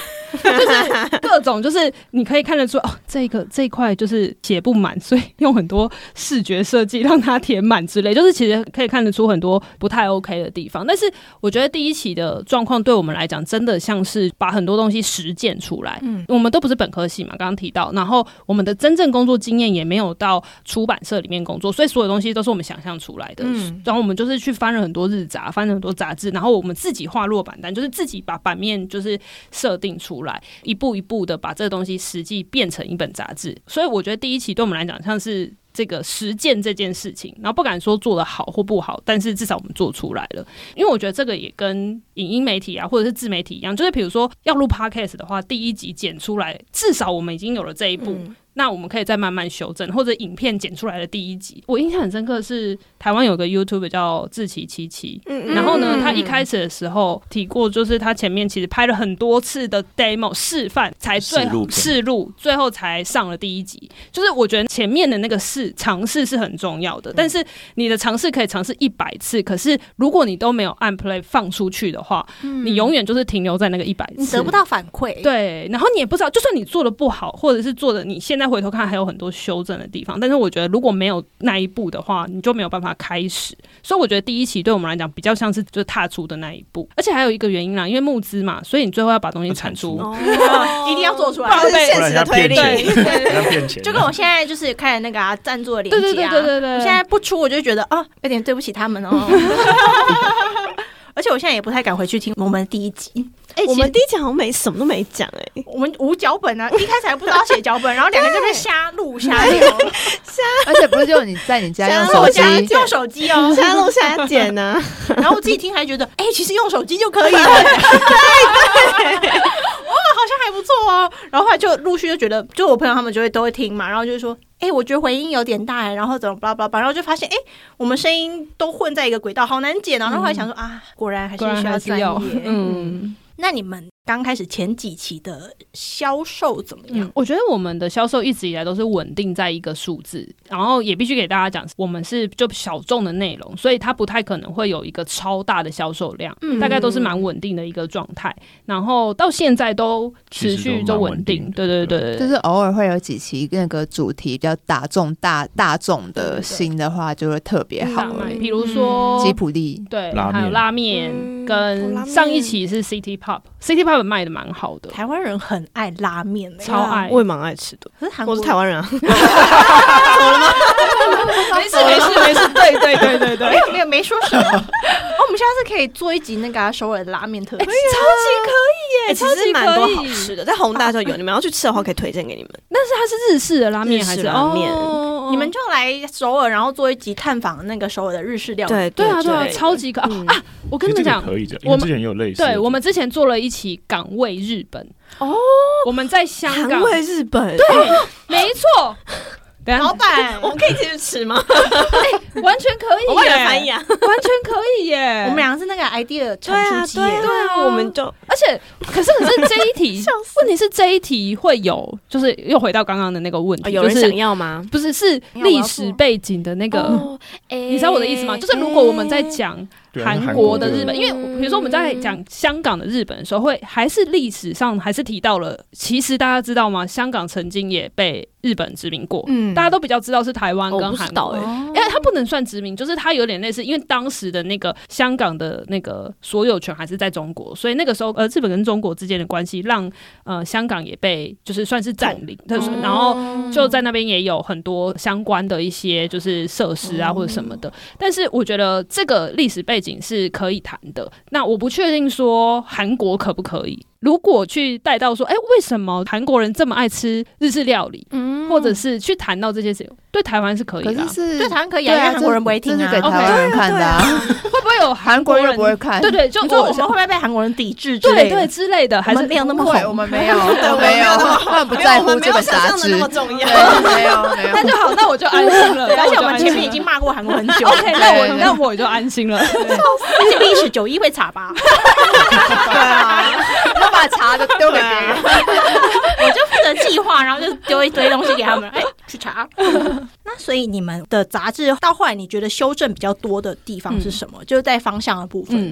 就是各种，就是你可以看得出哦，这一块就是写不满，所以用很多视觉设计让它填满之类，就是其实可以看得出很多不太 OK 的地方。但是我觉得第一期的状况对我们来讲，真的像是把很多东西实践出来。我们都不是本科系嘛，刚刚提到，然后我们的真正工作经验也没有到出版社里面工作，所以所有东西都是我们想象出来的。然后我们就是去翻了很多日杂，翻了很多杂志，然后我们自己画落版单，就是自己把版面就是设定出来，一步一步的把这个东西实际变成一本杂志。所以我觉得第一期对我们来讲像是这个实践这件事情，然后不敢说做得好或不好，但是至少我们做出来了。因为我觉得这个也跟影音媒体啊或者是自媒体一样，就是比如说要录 podcast 的话，第一集剪出来，至少我们已经有了这一步，那我们可以再慢慢修正，或者影片剪出来的第一集。我印象很深刻的是台湾有个 YouTube 叫志祺七七，然后呢他一开始的时候提过，就是他前面其实拍了很多次的 demo 示范，才最后试录，最后才上了第一集。就是我觉得前面的那个尝试是很重要的，但是你的尝试可以尝试100次，可是如果你都没有按 play 放出去的话，你永远就是停留在那个100次， 你得不到反馈。 对，然后你也不知道，就算你做的不好，或者是做的你现在回头看还有很多修正的地方，但是我觉得如果没有那一步的话，你就没有办法开始。所以我觉得第一期对我们来讲比较像是就是踏出的那一步，而且还有一个原因啦，因为募资嘛，所以你最后要把东西产出， 一定要做出来， 不然是现实的推力， 要骗钱。 就跟我现在就是开始那个赞助的链接啊，对，我现在不出我就觉得有点对不起他们哦。而且我现在也不太敢回去听我们第一集。 我们第一集好像什么都没讲我们无脚本啊，一开始还不知道写脚本，然后两个人在那边瞎录瞎聊， 而且不是就你在你家用手机， 用手机哦， 瞎录瞎剪呢。 然后我自己听还觉得，其实用手机就可以了，对，好像还不错哦。然后后来就陆续就觉得，就我朋友他们都会听嘛，然后就说，我觉得回音有点大，然后怎么巴拉巴拉，然后就发现，我们声音都混在一个轨道，好难剪啊。然后后来想说果然还是需要专业。那你们刚开始前几期的销售怎么样？ 我觉得我们的销售一直以来都是稳定在一个数字，然后也必须给大家讲，我们是就小众的内容，所以它不太可能会有一个超大的销售量，大概都是蛮稳定的一个状态，然后到现在都持续都稳定。对， 就是偶尔会有几期那个主题比较大众的新的话，就会特别好， 比如说吉普力， 对，还有拉面，跟上一期是 City Pop 卖的蛮好的。 台湾人很爱拉面， 超爱， 我也蛮爱吃的。 可是韩国我是台湾人啊， 怎么了吗？没事，对，没说什么。我们下次可以做一集那个首尔的拉面特辑， 超级可以耶， 其实蛮多好吃的，在弘大就有，你们要去吃的话可以推荐给你们。 但是它是日式的拉面还是拉面？ 你们就来首尔，然后做一集探访那个首尔的日式料理。 对啊，超级可啊！我跟你们讲， 可以的，我们之前也有类似。 对，我们之前做了一期港味日本我们在香港港味日本， 对，没错。 老板， 我们可以继续吃吗？ 完全可以耶， 我帮你们翻译啊， 完全可以耶。 我们俩是那个 idea 产出机， 对啊，我们就， 而且可是这一题，问题是这一题会有，就是又回到刚刚的那个问题， 有人想要吗？ 不是，是历史背景的那个，你知道我的意思吗？就是如果我们在讲韩国的日本，因为比如说我们在讲香港的日本的时候，会还是历史上还是提到了，其实大家知道吗？香港曾经也被日本殖民过，大家都比较知道是台湾跟韩国，因为它不能算殖民，就是它有点类似，因为当时的那个香港的那个所有权还是在中国，所以那个时候日本跟中国之间的关系让香港也被就是算是占领，然后就在那边也有很多相关的一些就是设施啊或者什么的，但是我觉得这个历史背景是可以谈的，那我不确定说韩国可不可以。如果去带到说，为什么韩国人这么爱吃日式料理，或者是去谈到这些事情，对台湾是可以的， 可是对台湾可以啊，因为韩国人不会听啊， 这是给台湾人看的啊， 会不会有韩国人不会看？ 对，就我们会不会被韩国人抵制之类的？ 对之类的，还是没有那么红？ 我们没有，他们不在乎这个杂志， 那么重要， 没有， 那就好，那我就安心了。 而且我们前面已经骂过韩国很久 ，OK， 那我就安心了。而且历史91会查吧？ 对啊，要把查的丢给别人， 我就负责计划，然后就丢一堆东西给他们，去查。那所以你们的杂志到后来，你觉得修正比较多的地方是什么？就是在方向的部分。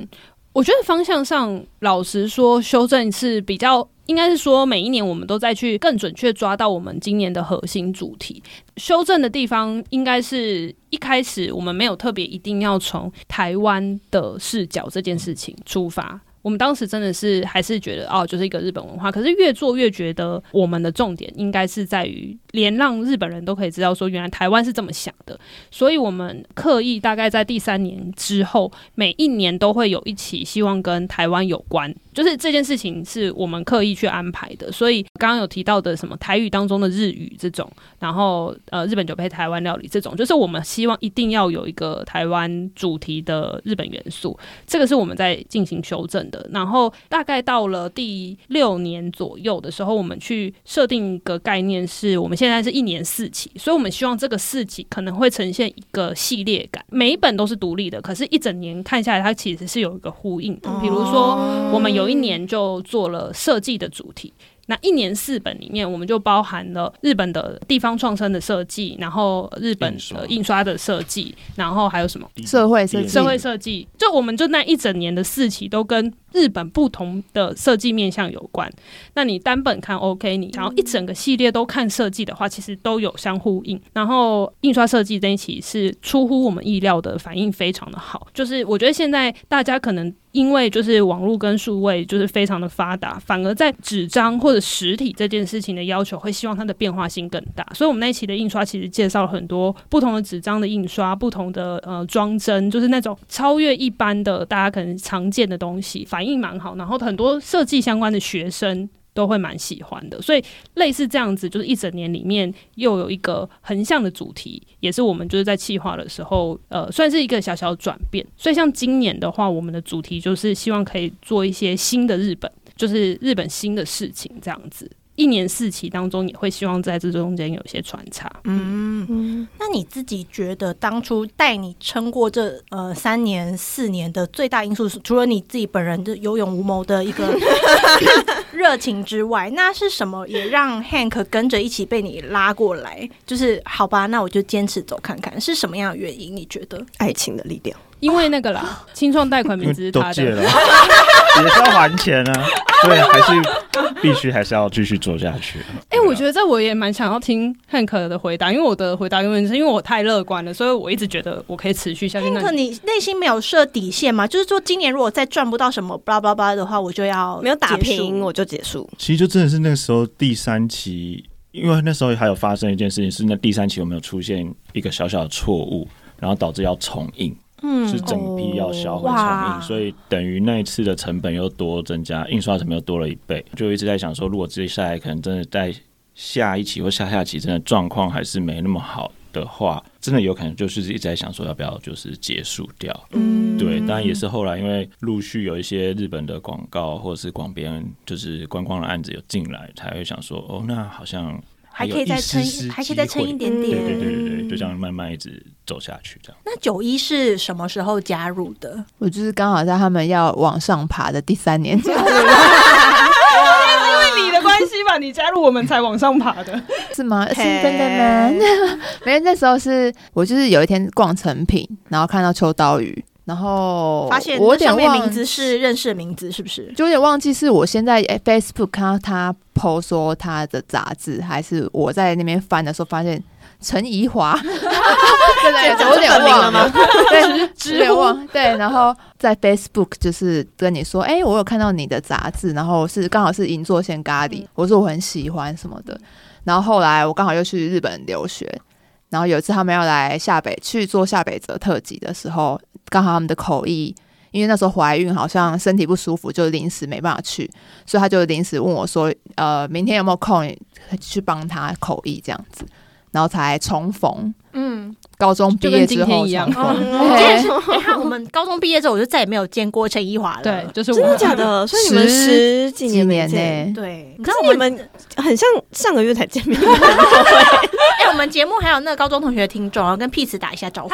我觉得方向上，老实说，修正是比较，应该是说每一年我们都在去更准确抓到我们今年的核心主题。修正的地方应该是一开始我们没有特别一定要从台湾的视角这件事情出发。我们当时真的是还是觉得就是一个日本文化，可是越做越觉得我们的重点应该是在于连让日本人都可以知道说原来台湾是这么想的，所以我们刻意大概在第3年之后，每一年都会有一期希望跟台湾有关，就是这件事情是我们刻意去安排的。所以刚刚有提到的什么台语当中的日语这种，然后日本酒配台湾料理这种，就是我们希望一定要有一个台湾主题的日本元素，这个是我们在进行修正的。然后大概到了第6年左右的时候，我们去设定一个概念，是我们现在是1年4期，所以我们希望这个4期可能会呈现一个系列感，每一本都是独立的，可是一整年看下来它其实是有一个呼应的。比如说我们有一年就做了设计的主题，那1年4本里面，我们就包含了日本的地方创生的设计，然后日本的印刷的设计，然后还有什么社会设计， 就我们就那一整年的4期都跟日本不同的设计面向有关。那你单本看 OK， 你想要一整个系列都看设计的话，其实都有相呼应。然后印刷设计这一期是出乎我们意料的反应非常的好，就是我觉得现在大家可能因为就是网络跟数位就是非常的发达，反而在纸张或者实体这件事情的要求会希望它的变化性更大，所以我们那一期的印刷其实介绍了很多不同的纸张的印刷，不同的装帧，就是那种超越一般的大家可能常见的东西，反应蛮好，然后很多设计相关的学生都会蛮喜欢的。所以类似这样子，就是一整年里面又有一个横向的主题，也是我们就是在企划的时候算是一个小小转变。所以像今年的话，我们的主题就是希望可以做一些新的日本，就是日本新的事情这样子。1年4期当中也会希望在这中间有一些穿插。 那你自己觉得当初带你撑过这3年4年的最大因素，除了你自己本人的有勇无谋的一个热情之外，那是什么也让 Hank 跟着一起被你拉过来？就是好吧，那我就坚持走看看，是什么样的原因？你觉得？ 爱情的力量。 因为那个啦，清创贷款名字是他的， 都借了，也是要还钱啊，所以必须还是要继续做下去。 我觉得这我也蛮想要听汉克的回答，因为我的回答永远是因为我太乐观了，所以我一直觉得我可以持续下去。 汉克，你内心没有设底线吗？就是说今年如果再赚不到什么巴拉巴拉的话，我就要没有打平我就结束。 其实就真的是那个时候第3期，因为那时候还有发生一件事情，是那第3期有没有出现一个小小的错误，然后导致要重印。是整批要销毁重印，所以等于那一次的成本又多增加，印刷成本又多了1倍，就一直在想说，如果接下来可能真的在下一期或下期真的状况还是没那么好的话，真的有可能就是一直在想说要不要就是结束掉。对，当然也是后来因为陆续有一些日本的广告或者是广编就是观光的案子有进来，才会想说那好像还可以再撑一点点。 对，就这样慢慢一直走下去这样。 那91是什么时候加入的？ 我就是刚好在他们要往上爬的第3年加入的。 因为你的关系吧，你加入我们才往上爬的， 是吗？是真的吗？没有，那时候是我就是有一天逛成品，然后看到秋刀鱼。然后发现那上面名字是认识的名字，是不是？ 就有点忘记是我先在 Facebook 看到他 po 说他的杂志，还是我在那边翻的时候发现陈怡华，对，有点忘了吗？对，有点忘。对，然后在 Facebook 就是跟你说，我有看到你的杂志，然后是刚好是银座鲜咖喱，我说我很喜欢什么的。然后后来我刚好又去日本留学。然后有一次他们要来去做下北泽特辑的时候，刚好他们的口译，因为那时候怀孕好像身体不舒服，就临时没办法去，所以他就临时问我说明天有没有空去帮他口译这样子，然后才重逢。高中毕业之后重逢。 我们高中毕业之后我就再也没有见过陈怡华了。 对，就是我。 真的假的？所以你们10几年没见。 对， 可是你们很像上个月才见面。 我们节目还有那个高中同学听众，然后跟 Peace 打一下招呼。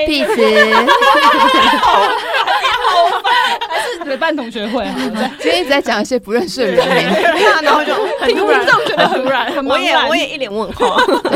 Peace 还是陪伴同学会啊？ 今天一直在讲一些不认识的人名， 然后就很突然，觉得很突然， 我也一脸问号。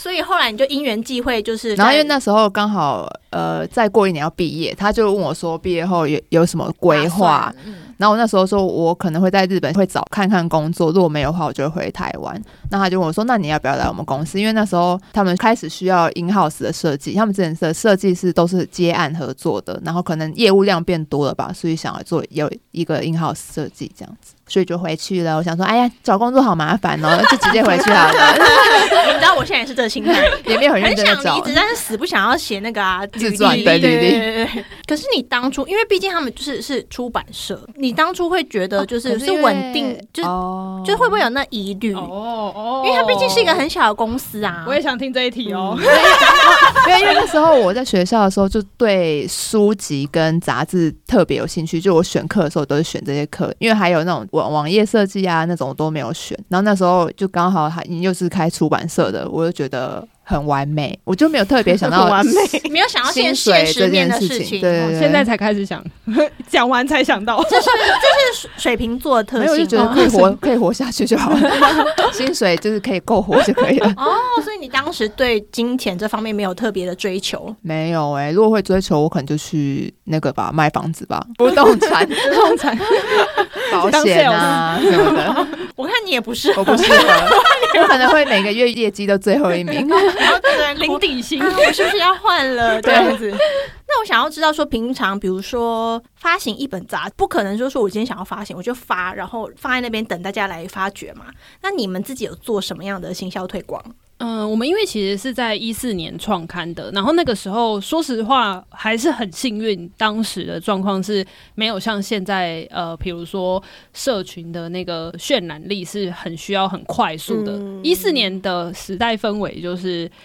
所以后来你就因缘际会，就是然后因为那时候刚好再过1年要毕业，他就问我说毕业后有什么规划，然后我那时候说我可能会在日本会找看看工作，如果没有的话我就会回台湾。那他就问我说那你要不要来我们公司，因为那时候他们开始需要 in-house 的设计，他们之前的设计师都是接案合作的，然后可能业务量变多了吧，所以想要做有一个 in-house 设计这样子，所以就回去了。我想说哎呀找工作好麻烦哦，就直接回去好了。 你知道我现在也是这个心态， 也没有很认真的找， 很想离职，但是死不想要写那个自传，对对对。可是你当初，因为毕竟他们是出版社，你当初会觉得就是稳定，就会不会有那疑虑？因为它毕竟是一个很小的公司啊。 我也想听这一题哦。 因为那时候我在学校的时候就对书籍跟杂志特别有兴趣，就我选课的时候都是选这些课，因为还有那种网页设计啊那种我都没有选。然后那时候就刚好又是开出版社的，我就觉得很完美，我就没有特别想到完美， 没有想到现实面的事情。 对， 现在才开始想，讲完才想到， 这是水瓶座的特性。 没有，就觉得可以活下去就好了，薪水就是可以够活就可以了。 所以你当时对金钱这方面没有特别的追求？ 没有如果会追求，我可能就去那个吧，卖房子吧，不动产、保险啊什么的。 我看你也不适合， 我不适合，我可能会每个月业绩都最后1名， 然后零底薪， 我是不是要换了这样子？那我想要知道说，平常比如说发行一本杂志，不可能说我今天想要发行我就发，然后放在那边等大家来发掘嘛。那你们自己有做什么样的行销推广？ 我们因为其实是在2014年创刊的，然后那个时候说实话还是很幸运，当时的状况是没有像现在比如说社群的那个渲染力是很需要很快速的。14年的时代氛围就是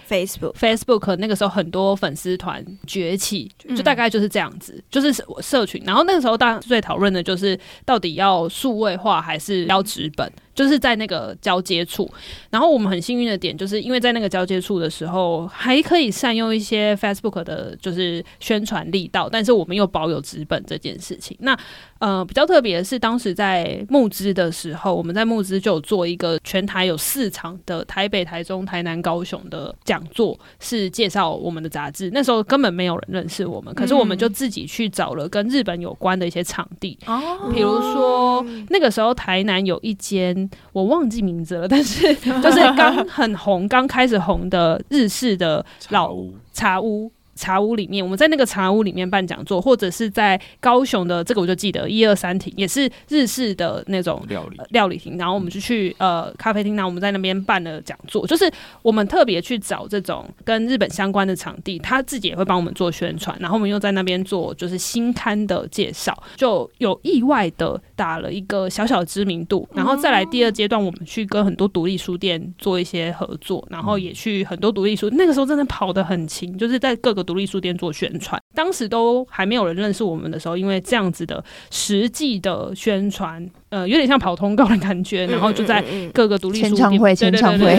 Facebook 那个时候很多粉丝团崛起，就大概就是这样子，就是社群。然后那个时候大家最讨论的就是到底要数位化还是要纸本，就是在那个交接处。然后我们很幸运的点就是因为在那个交接处的时候还可以善用一些 Facebook 的就是宣传力道，但是我们又保有纸本这件事情。那比较特别的是当时在募资的时候，我们在募资就有做一个全台有4场的台北、台中、台南、高雄的讲座，是介绍我们的杂志。那时候根本没有人认识我们，可是我们就自己去找了跟日本有关的一些场地，比如说那个时候台南有一间我忘记名字了，但是就是刚很红刚开始红的日式的老茶屋里面，我们在那个茶屋里面办讲座，或者是在高雄的这个我就记得123亭，也是日式的那种料理亭，然后我们就去咖啡厅，然后我们在那边办了讲座，就是我们特别去找这种跟日本相关的场地，他自己也会帮我们做宣传，然后我们又在那边做就是新刊的介绍，就有意外的打了一个小小的知名度。然后再来第2阶段，我们去跟很多独立书店做一些合作，然后也去很多独立书，那个时候真的跑得很勤，就是在各个独立书店做宣传。当时都还没有人认识我们的时候，因为这样子的实际的宣传有点像跑通告的感觉，然后就在各个独立书店签唱会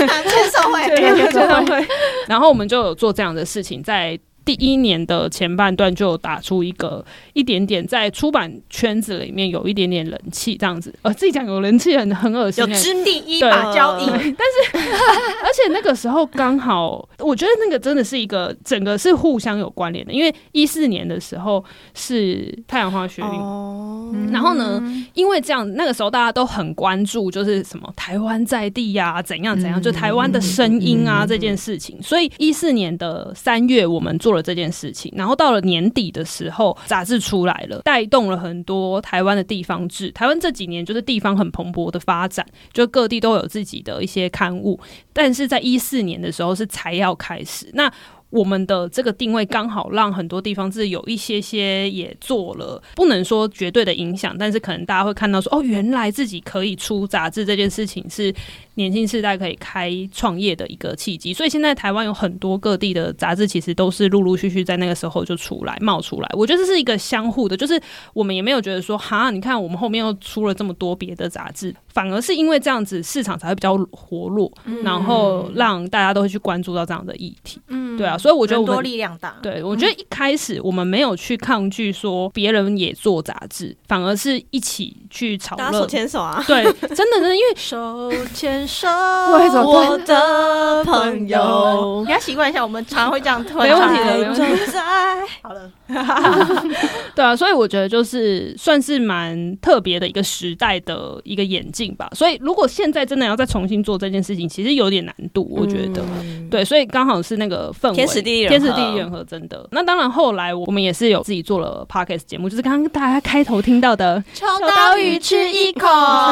然后我们就有做这样的事情，在第1年的前半段就有打出一点点在出版圈子里面有一点点人气这样子，自己讲有人气很恶心， 有知第一把交椅。但是而且那个时候刚好我觉得那个真的是一个整个是互相有关联的，因为2014年的时候是太阳花学运，然后呢因为这样那个时候大家都很关注就是什么台湾在地啊怎样怎样，就台湾的声音啊这件事情，所以2014年的3月我们做了这件事情，然后到了年底的时候杂志出来了，带动了很多台湾的地方志。台湾这几年就是地方很蓬勃的发展，就各地都有自己的一些刊物，但是在2014年的时候是才要开始，那我们的这个定位刚好让很多地方志有一些也做了，不能说绝对的影响，但是可能大家会看到说原来自己可以出杂志这件事情是年轻世代可以开创业的一个契机。所以现在台湾有很多各地的杂志其实都是陆陆续续在那个时候就冒出来，我觉得这是一个相互的，就是我们也没有觉得说你看我们后面又出了这么多别的杂志，反而是因为这样子市场才会比较活络，然后让大家都会去关注到这样的议题。对啊， 所以我觉得我们人多力量大。 对，我觉得一开始我们没有去抗拒说别人也做杂志，反而是一起去炒热， 大家手牵手啊！ 对，真的，因为手牵手， 我的朋友， 你要习惯一下，我们常常会这样突然没问题的，没问题的。 好了， 对啊，所以我觉得就是算是蛮特别的一个时代的一个演进吧。所以如果现在真的要再重新做这件事情，其实有点难度，我觉得。对，所以刚好是那个氛围， 天时地利人和， 真的。那当然，后来我们也是有自己做了 podcast 节目，就是刚刚大家开头听到的秋刀鱼吃一口。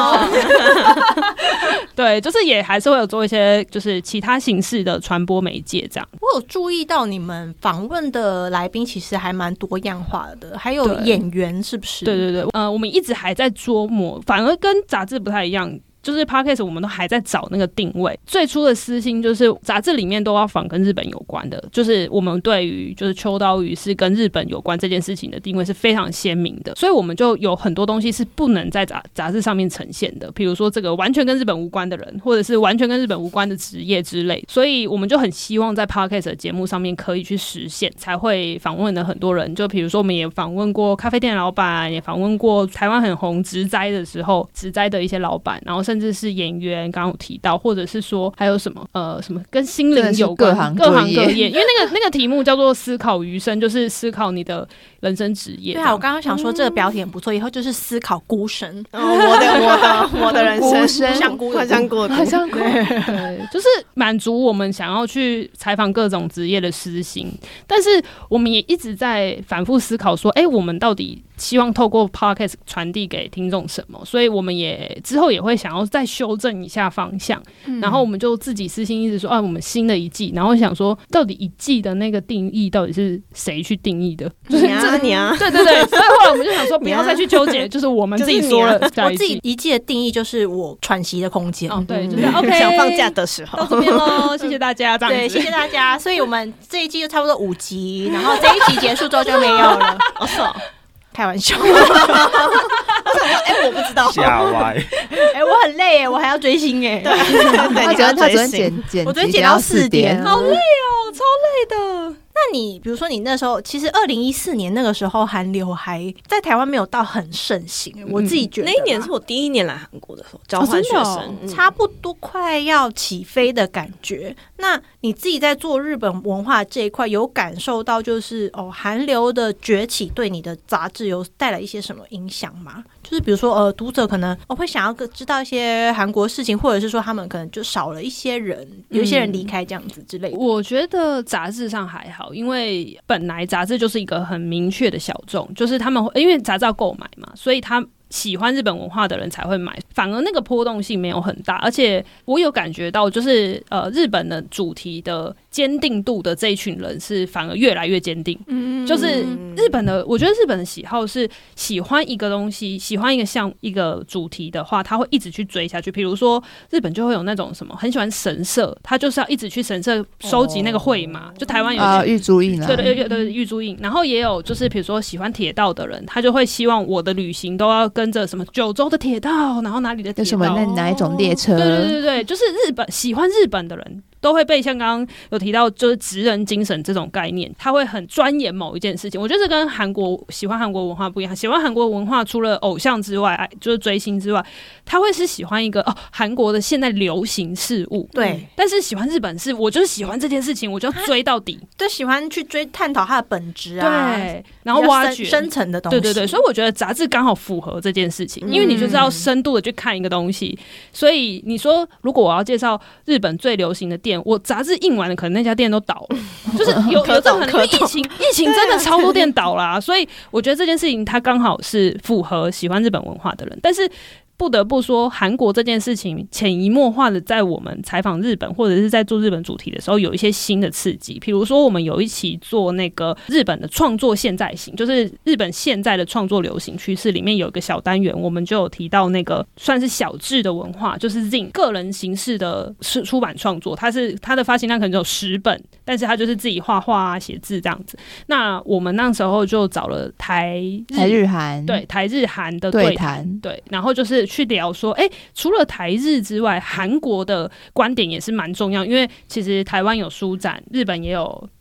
对，就是也还是会有做一些就是其他形式的传播媒介这样。 我有注意到你们访问的来宾其实还蛮多样化的，还有演员是不是？ 对对对，我们一直还在琢磨，反而跟杂志不太一样。就是 podcast 我们都还在找那个定位，最初的私心就是杂志里面都要访跟日本有关的，就是我们对于就是秋刀鱼是跟日本有关这件事情的定位是非常鲜明的，所以我们就有很多东西是不能在杂志上面呈现的，比如说这个完全跟日本无关的人，或者是完全跟日本无关的职业之类，所以我们就很希望在 podcast 的节目上面可以去实现，才会访问了很多人，就比如说我们也访问过咖啡店的老板，也访问过台湾很红植栽的时候植栽的一些老板，然后甚至是演员，刚刚有提到，或者是说还有什么什么跟心灵有关，各行各业，因为那个题目叫做思考余生，就是思考你的人生职业。 对啊，我刚刚想说这个标题很不错，以后就是思考孤身， 我的人生幻想过， 对，就是满足我们想要去采访各种职业的私心，但是我们也一直在反复思考说，我们到底希望透过 podcast 传递给听众什么？所以我们也之后也会想要再修正一下方向，然后我们就自己私心一直说，我们新的一季，然后想说，到底一季的那个定义到底是谁去定义的？就是你啊， 对，所以后来我们就想说，不要再去纠结，就是我们自己说了， 我自己一季的定义就是我喘息的空间。 对，就是 OK， 想放假的时候到这边咯，谢谢大家，这样子， 对，谢谢大家。所以我们这一季就差不多5集，然后这一集结束之后就没有了。开玩笑， 我不知道， 吓歪。 我很累耶，我还要追星耶。 他昨天剪， 我昨天剪到4点， 好累哦，超累的。 那你比如说你那时候，其实2014年那个时候韩流还在台湾没有到很盛行，我自己觉得那一年是我第一年来韩国的时候，交换学生， 差不多快要起飞的感觉。那你自己在做日本文化这一块，有感受到就是韩流的崛起对你的杂志有带来一些什么影响吗？就是比如说读者可能会想要知道一些韩国事情，或者是说他们可能就少了一些人，有一些人离开这样子之类的。 我觉得杂志上还好，因为本来杂志就是一个很明确的小众，就是他们因为杂志要购买嘛，所以他喜欢日本文化的人才会买，反而那个波动性没有很大，而且我有感觉到就是日本的主题的坚定度的这一群人是反而越来越坚定，就是日本的，我觉得日本的喜好是喜欢一个东西，喜欢一个主题的话，他会一直去追下去。比如说日本就会有那种什么很喜欢神社，他就是要一直去神社收集那个绘马，就台湾有玉珠印啊， 对玉珠印，然后也有就是比如说喜欢铁道的人，他就会希望我的旅行都要跟着什么九州的铁道，然后哪里的铁道， 什么哪一种列车， 对，就是喜欢日本的人都会被像刚刚有提到就是职人精神这种概念，他会很钻研某一件事情。我觉得这跟喜欢韩国文化不一样，喜欢韩国文化除了偶像之外，就是追星之外，他会是喜欢一个韩国的现在流行事物， 对。 但是喜欢日本是我就是喜欢这件事情，我就要追到底， 就喜欢去探讨它的本质啊， 对，然后挖掘深层的东西， 对，所以我觉得杂志刚好符合这件事情，因为你就是要深度的去看一个东西。所以你说如果我要介绍日本最流行的店，我杂志印完了，可能那家店都倒了，就是有这可能，因为疫情真的超多店倒啦，所以我觉得这件事情它刚好是符合喜欢日本文化的人，但是不得不说，韩国这件事情潜移默化的在我们采访日本或者是在做日本主题的时候，有一些新的刺激。比如说，我们有一起做那个日本的创作现在型，就是日本现在的创作流行趋势里面有一个小单元，我们就有提到那个算是小志的文化，就是 Zine 个人形式的出版创作，它的发行量可能只有10本，但是它就是自己画画啊、写字这样子。那我们那时候就找了台日韩的对谈，对，然后就是去聊说，除了台日之外，韩国的观点也是蛮重要，因为其实台湾有书展，日本也有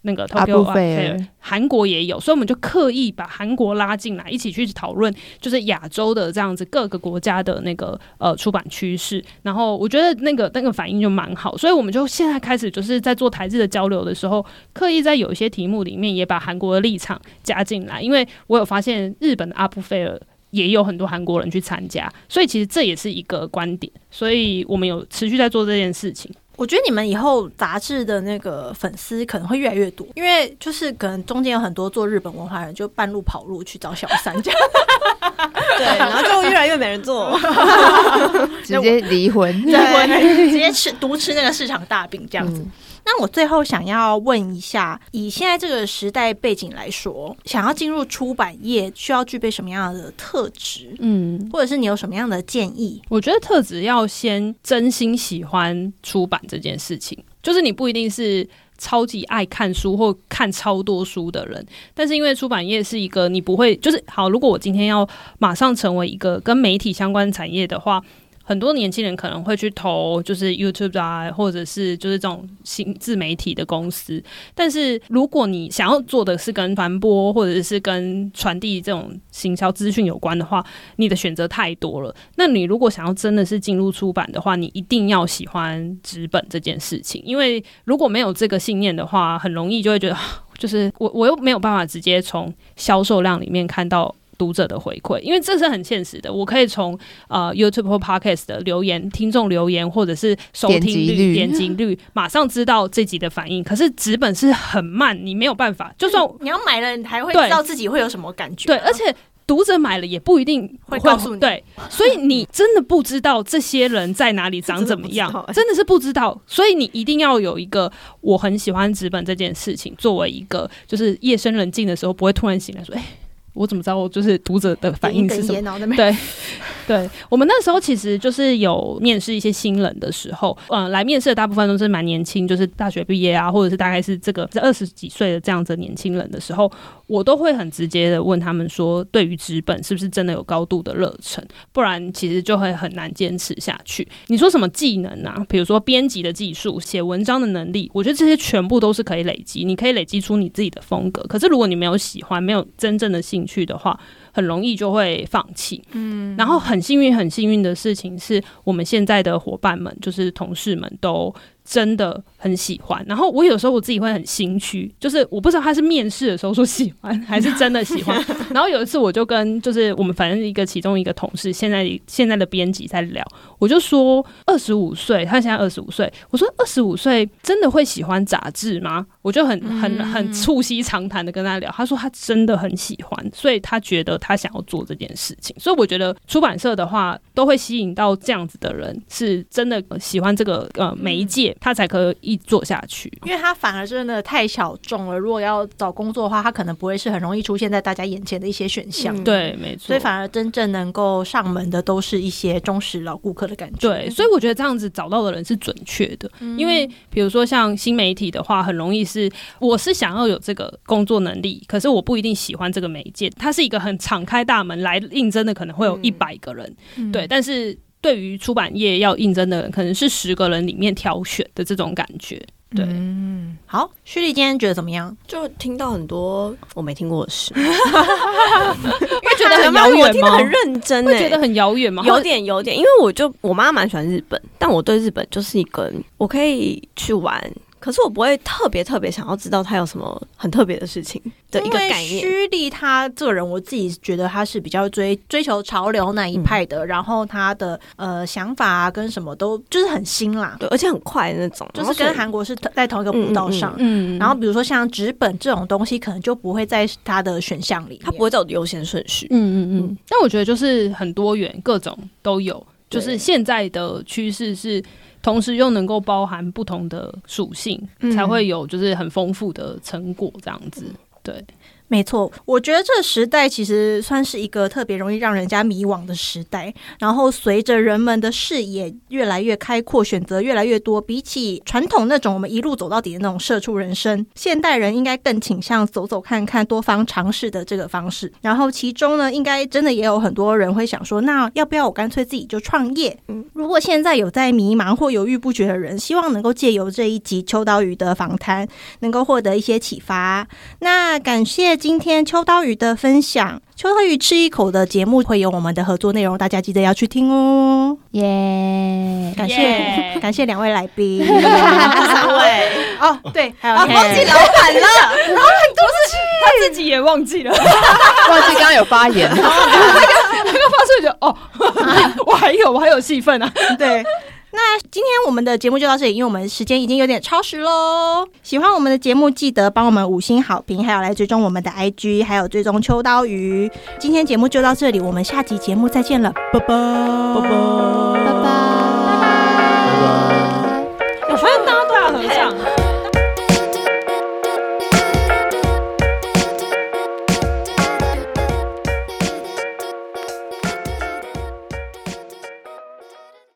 那个 Tokyo Art Fair， 韩国也有，所以我们就刻意把韩国拉进来，一起去讨论就是亚洲的这样子各个国家的那个出版趋势。然后我觉得那个反应就蛮好，所以我们就现在开始就是在做台日的交流的时候，刻意在有一些题目里面也把韩国的立场加进来，因为我有发现日本的阿布菲尔也有很多韩国人去参加，所以其实这也是一个观点，所以我们有持续在做这件事情。 我觉得你们以后杂志的那个粉丝可能会越来越多，因为就是可能中间有很多做日本文化的人就半路跑路去找小三这样对，然后就越来越没人做， 直接离婚， 对，直接独吃那个市场大饼这样子。那我最后想要问一下，以现在这个时代背景来说，想要进入出版业需要具备什么样的特质？或者是你有什么样的建议？ 我觉得特质要先真心喜欢出版这件事情，就是你不一定是超级爱看书或看超多书的人，但是因为出版业是一个你不会就是好，如果我今天要马上成为一个跟媒体相关产业的话，很多年轻人可能会去投就是 YouTube 啊，或者是就是这种新自媒体的公司。但是如果你想要做的是跟传播或者是跟传递这种行销资讯有关的话，你的选择太多了。那你如果想要真的是进入出版的话，你一定要喜欢纸本这件事情，因为如果没有这个信念的话，很容易就会觉得就是我又没有办法直接从销售量里面看到读者的回馈，因为这是很现实的。我可以从YouTube 或 Podcast 的留言、听众留言或者是收听率、点击率，马上知道这集的反应。可是纸本是很慢，你没有办法。就算你要买了，你还会知道自己会有什么感觉。 对，而且读者买了也不一定会告诉你。 对，所以你真的不知道这些人在哪里长怎么样，真的是不知道。所以你一定要有一个我很喜欢纸本这件事情，作为一个就是夜深人静的时候不会突然醒来说，我怎么知道就是读者的反应是什么？对，我们那时候其实就是有面试一些新人的时候，来面试的大部分都是蛮年轻，就是大学毕业啊，或者是大概是这个20几岁的这样子的年轻人的时候，我都会很直接的问他们说，对于纸本是不是真的有高度的热忱？不然其实就会很难坚持下去。你说什么技能啊？比如说编辑的技术、写文章的能力，我觉得这些全部都是可以累积，你可以累积出你自己的风格。可是如果你没有喜欢，没有真正的兴趣的话，很容易就会放弃。然后很幸运的事情是，我们现在的伙伴们，就是同事们都真的很喜欢。然后我有时候我自己会很心虚，就是我不知道他是面试的时候说喜欢还是真的喜欢。然后有一次我就跟就是我们反正其中一个同事，现在的编辑在聊，我就说25岁，他现在25岁，我说25岁真的会喜欢杂志吗？我就很促膝长谈的跟他聊，他说他真的很喜欢，所以他觉得他想要做这件事情。所以我觉得出版社的话都会吸引到这样子的人，是真的喜欢这个媒介，他才可以做下去。 因为他反而真的太小众了，如果要找工作的话，他可能不会是很容易出现在大家眼前的一些选项。 对，没错。 所以反而真正能够上门的都是一些忠实老顾客的感觉。 对，所以我觉得这样子找到的人是准确的。因为比如说像新媒体的话，很容易是我是想要有这个工作能力，可是我不一定喜欢这个媒介，它是一个很敞开大门来应征的，可能会有100个人。对，但是对于出版业要应征的人，可能是10个人里面挑选的这种感觉。对， 好，旭丽今天觉得怎么样？ 就听到很多我没听过的事， 会觉得很遥远吗？ 我听得很认真， 会觉得很遥远吗？ 有点，因为我妈蛮喜欢日本，但我对日本就是一个我可以去玩，可是我不会特别想要知道他有什么很特别的事情的一个概念。 虚丽他这个人，我自己觉得他是比较追求潮流那一派的，然后他的想法啊跟什么都就是很新啦， 对，而且很快的那种， 就是跟韩国是在同一个步道上。然后比如说像纸本这种东西，可能就不会在他的选项里面， 他不会走优先顺序。 但我觉得就是很多元，各种都有。就是现在的趋势是，同时又能够包含不同的属性，才会有就是很丰富的成果这样子。对， 没错，我觉得这个时代其实算是一个特别容易让人家迷惘的时代，然后随着人们的视野越来越开阔，选择越来越多，比起传统那种我们一路走到底的那种社畜人生，现代人应该更倾向走走看看，多方尝试的这个方式。然后其中呢，应该真的也有很多人会想说，那要不要我干脆自己就创业？如果现在有在迷茫或犹豫不决的人，希望能够借由这一集秋刀鱼的访谈，能够获得一些启发。那感谢今天秋刀鱼的分享。秋刀鱼吃一口的节目会有我们的合作内容，大家记得要去听哦。 耶！ 感谢感谢两位来宾， 三位哦，对，还有忘记老板了， 他自己也忘记了， 忘记刚刚有发言， 刚刚发出就我还有戏份啊， 对。那今天我们的节目就到这里，因为我们时间已经有点超时咯。喜欢我们的节目记得帮我们5星好评，还有来追踪我们的 IG， 还有追踪秋刀鱼。今天节目就到这里，我们下集节目再见了，拜拜拜拜。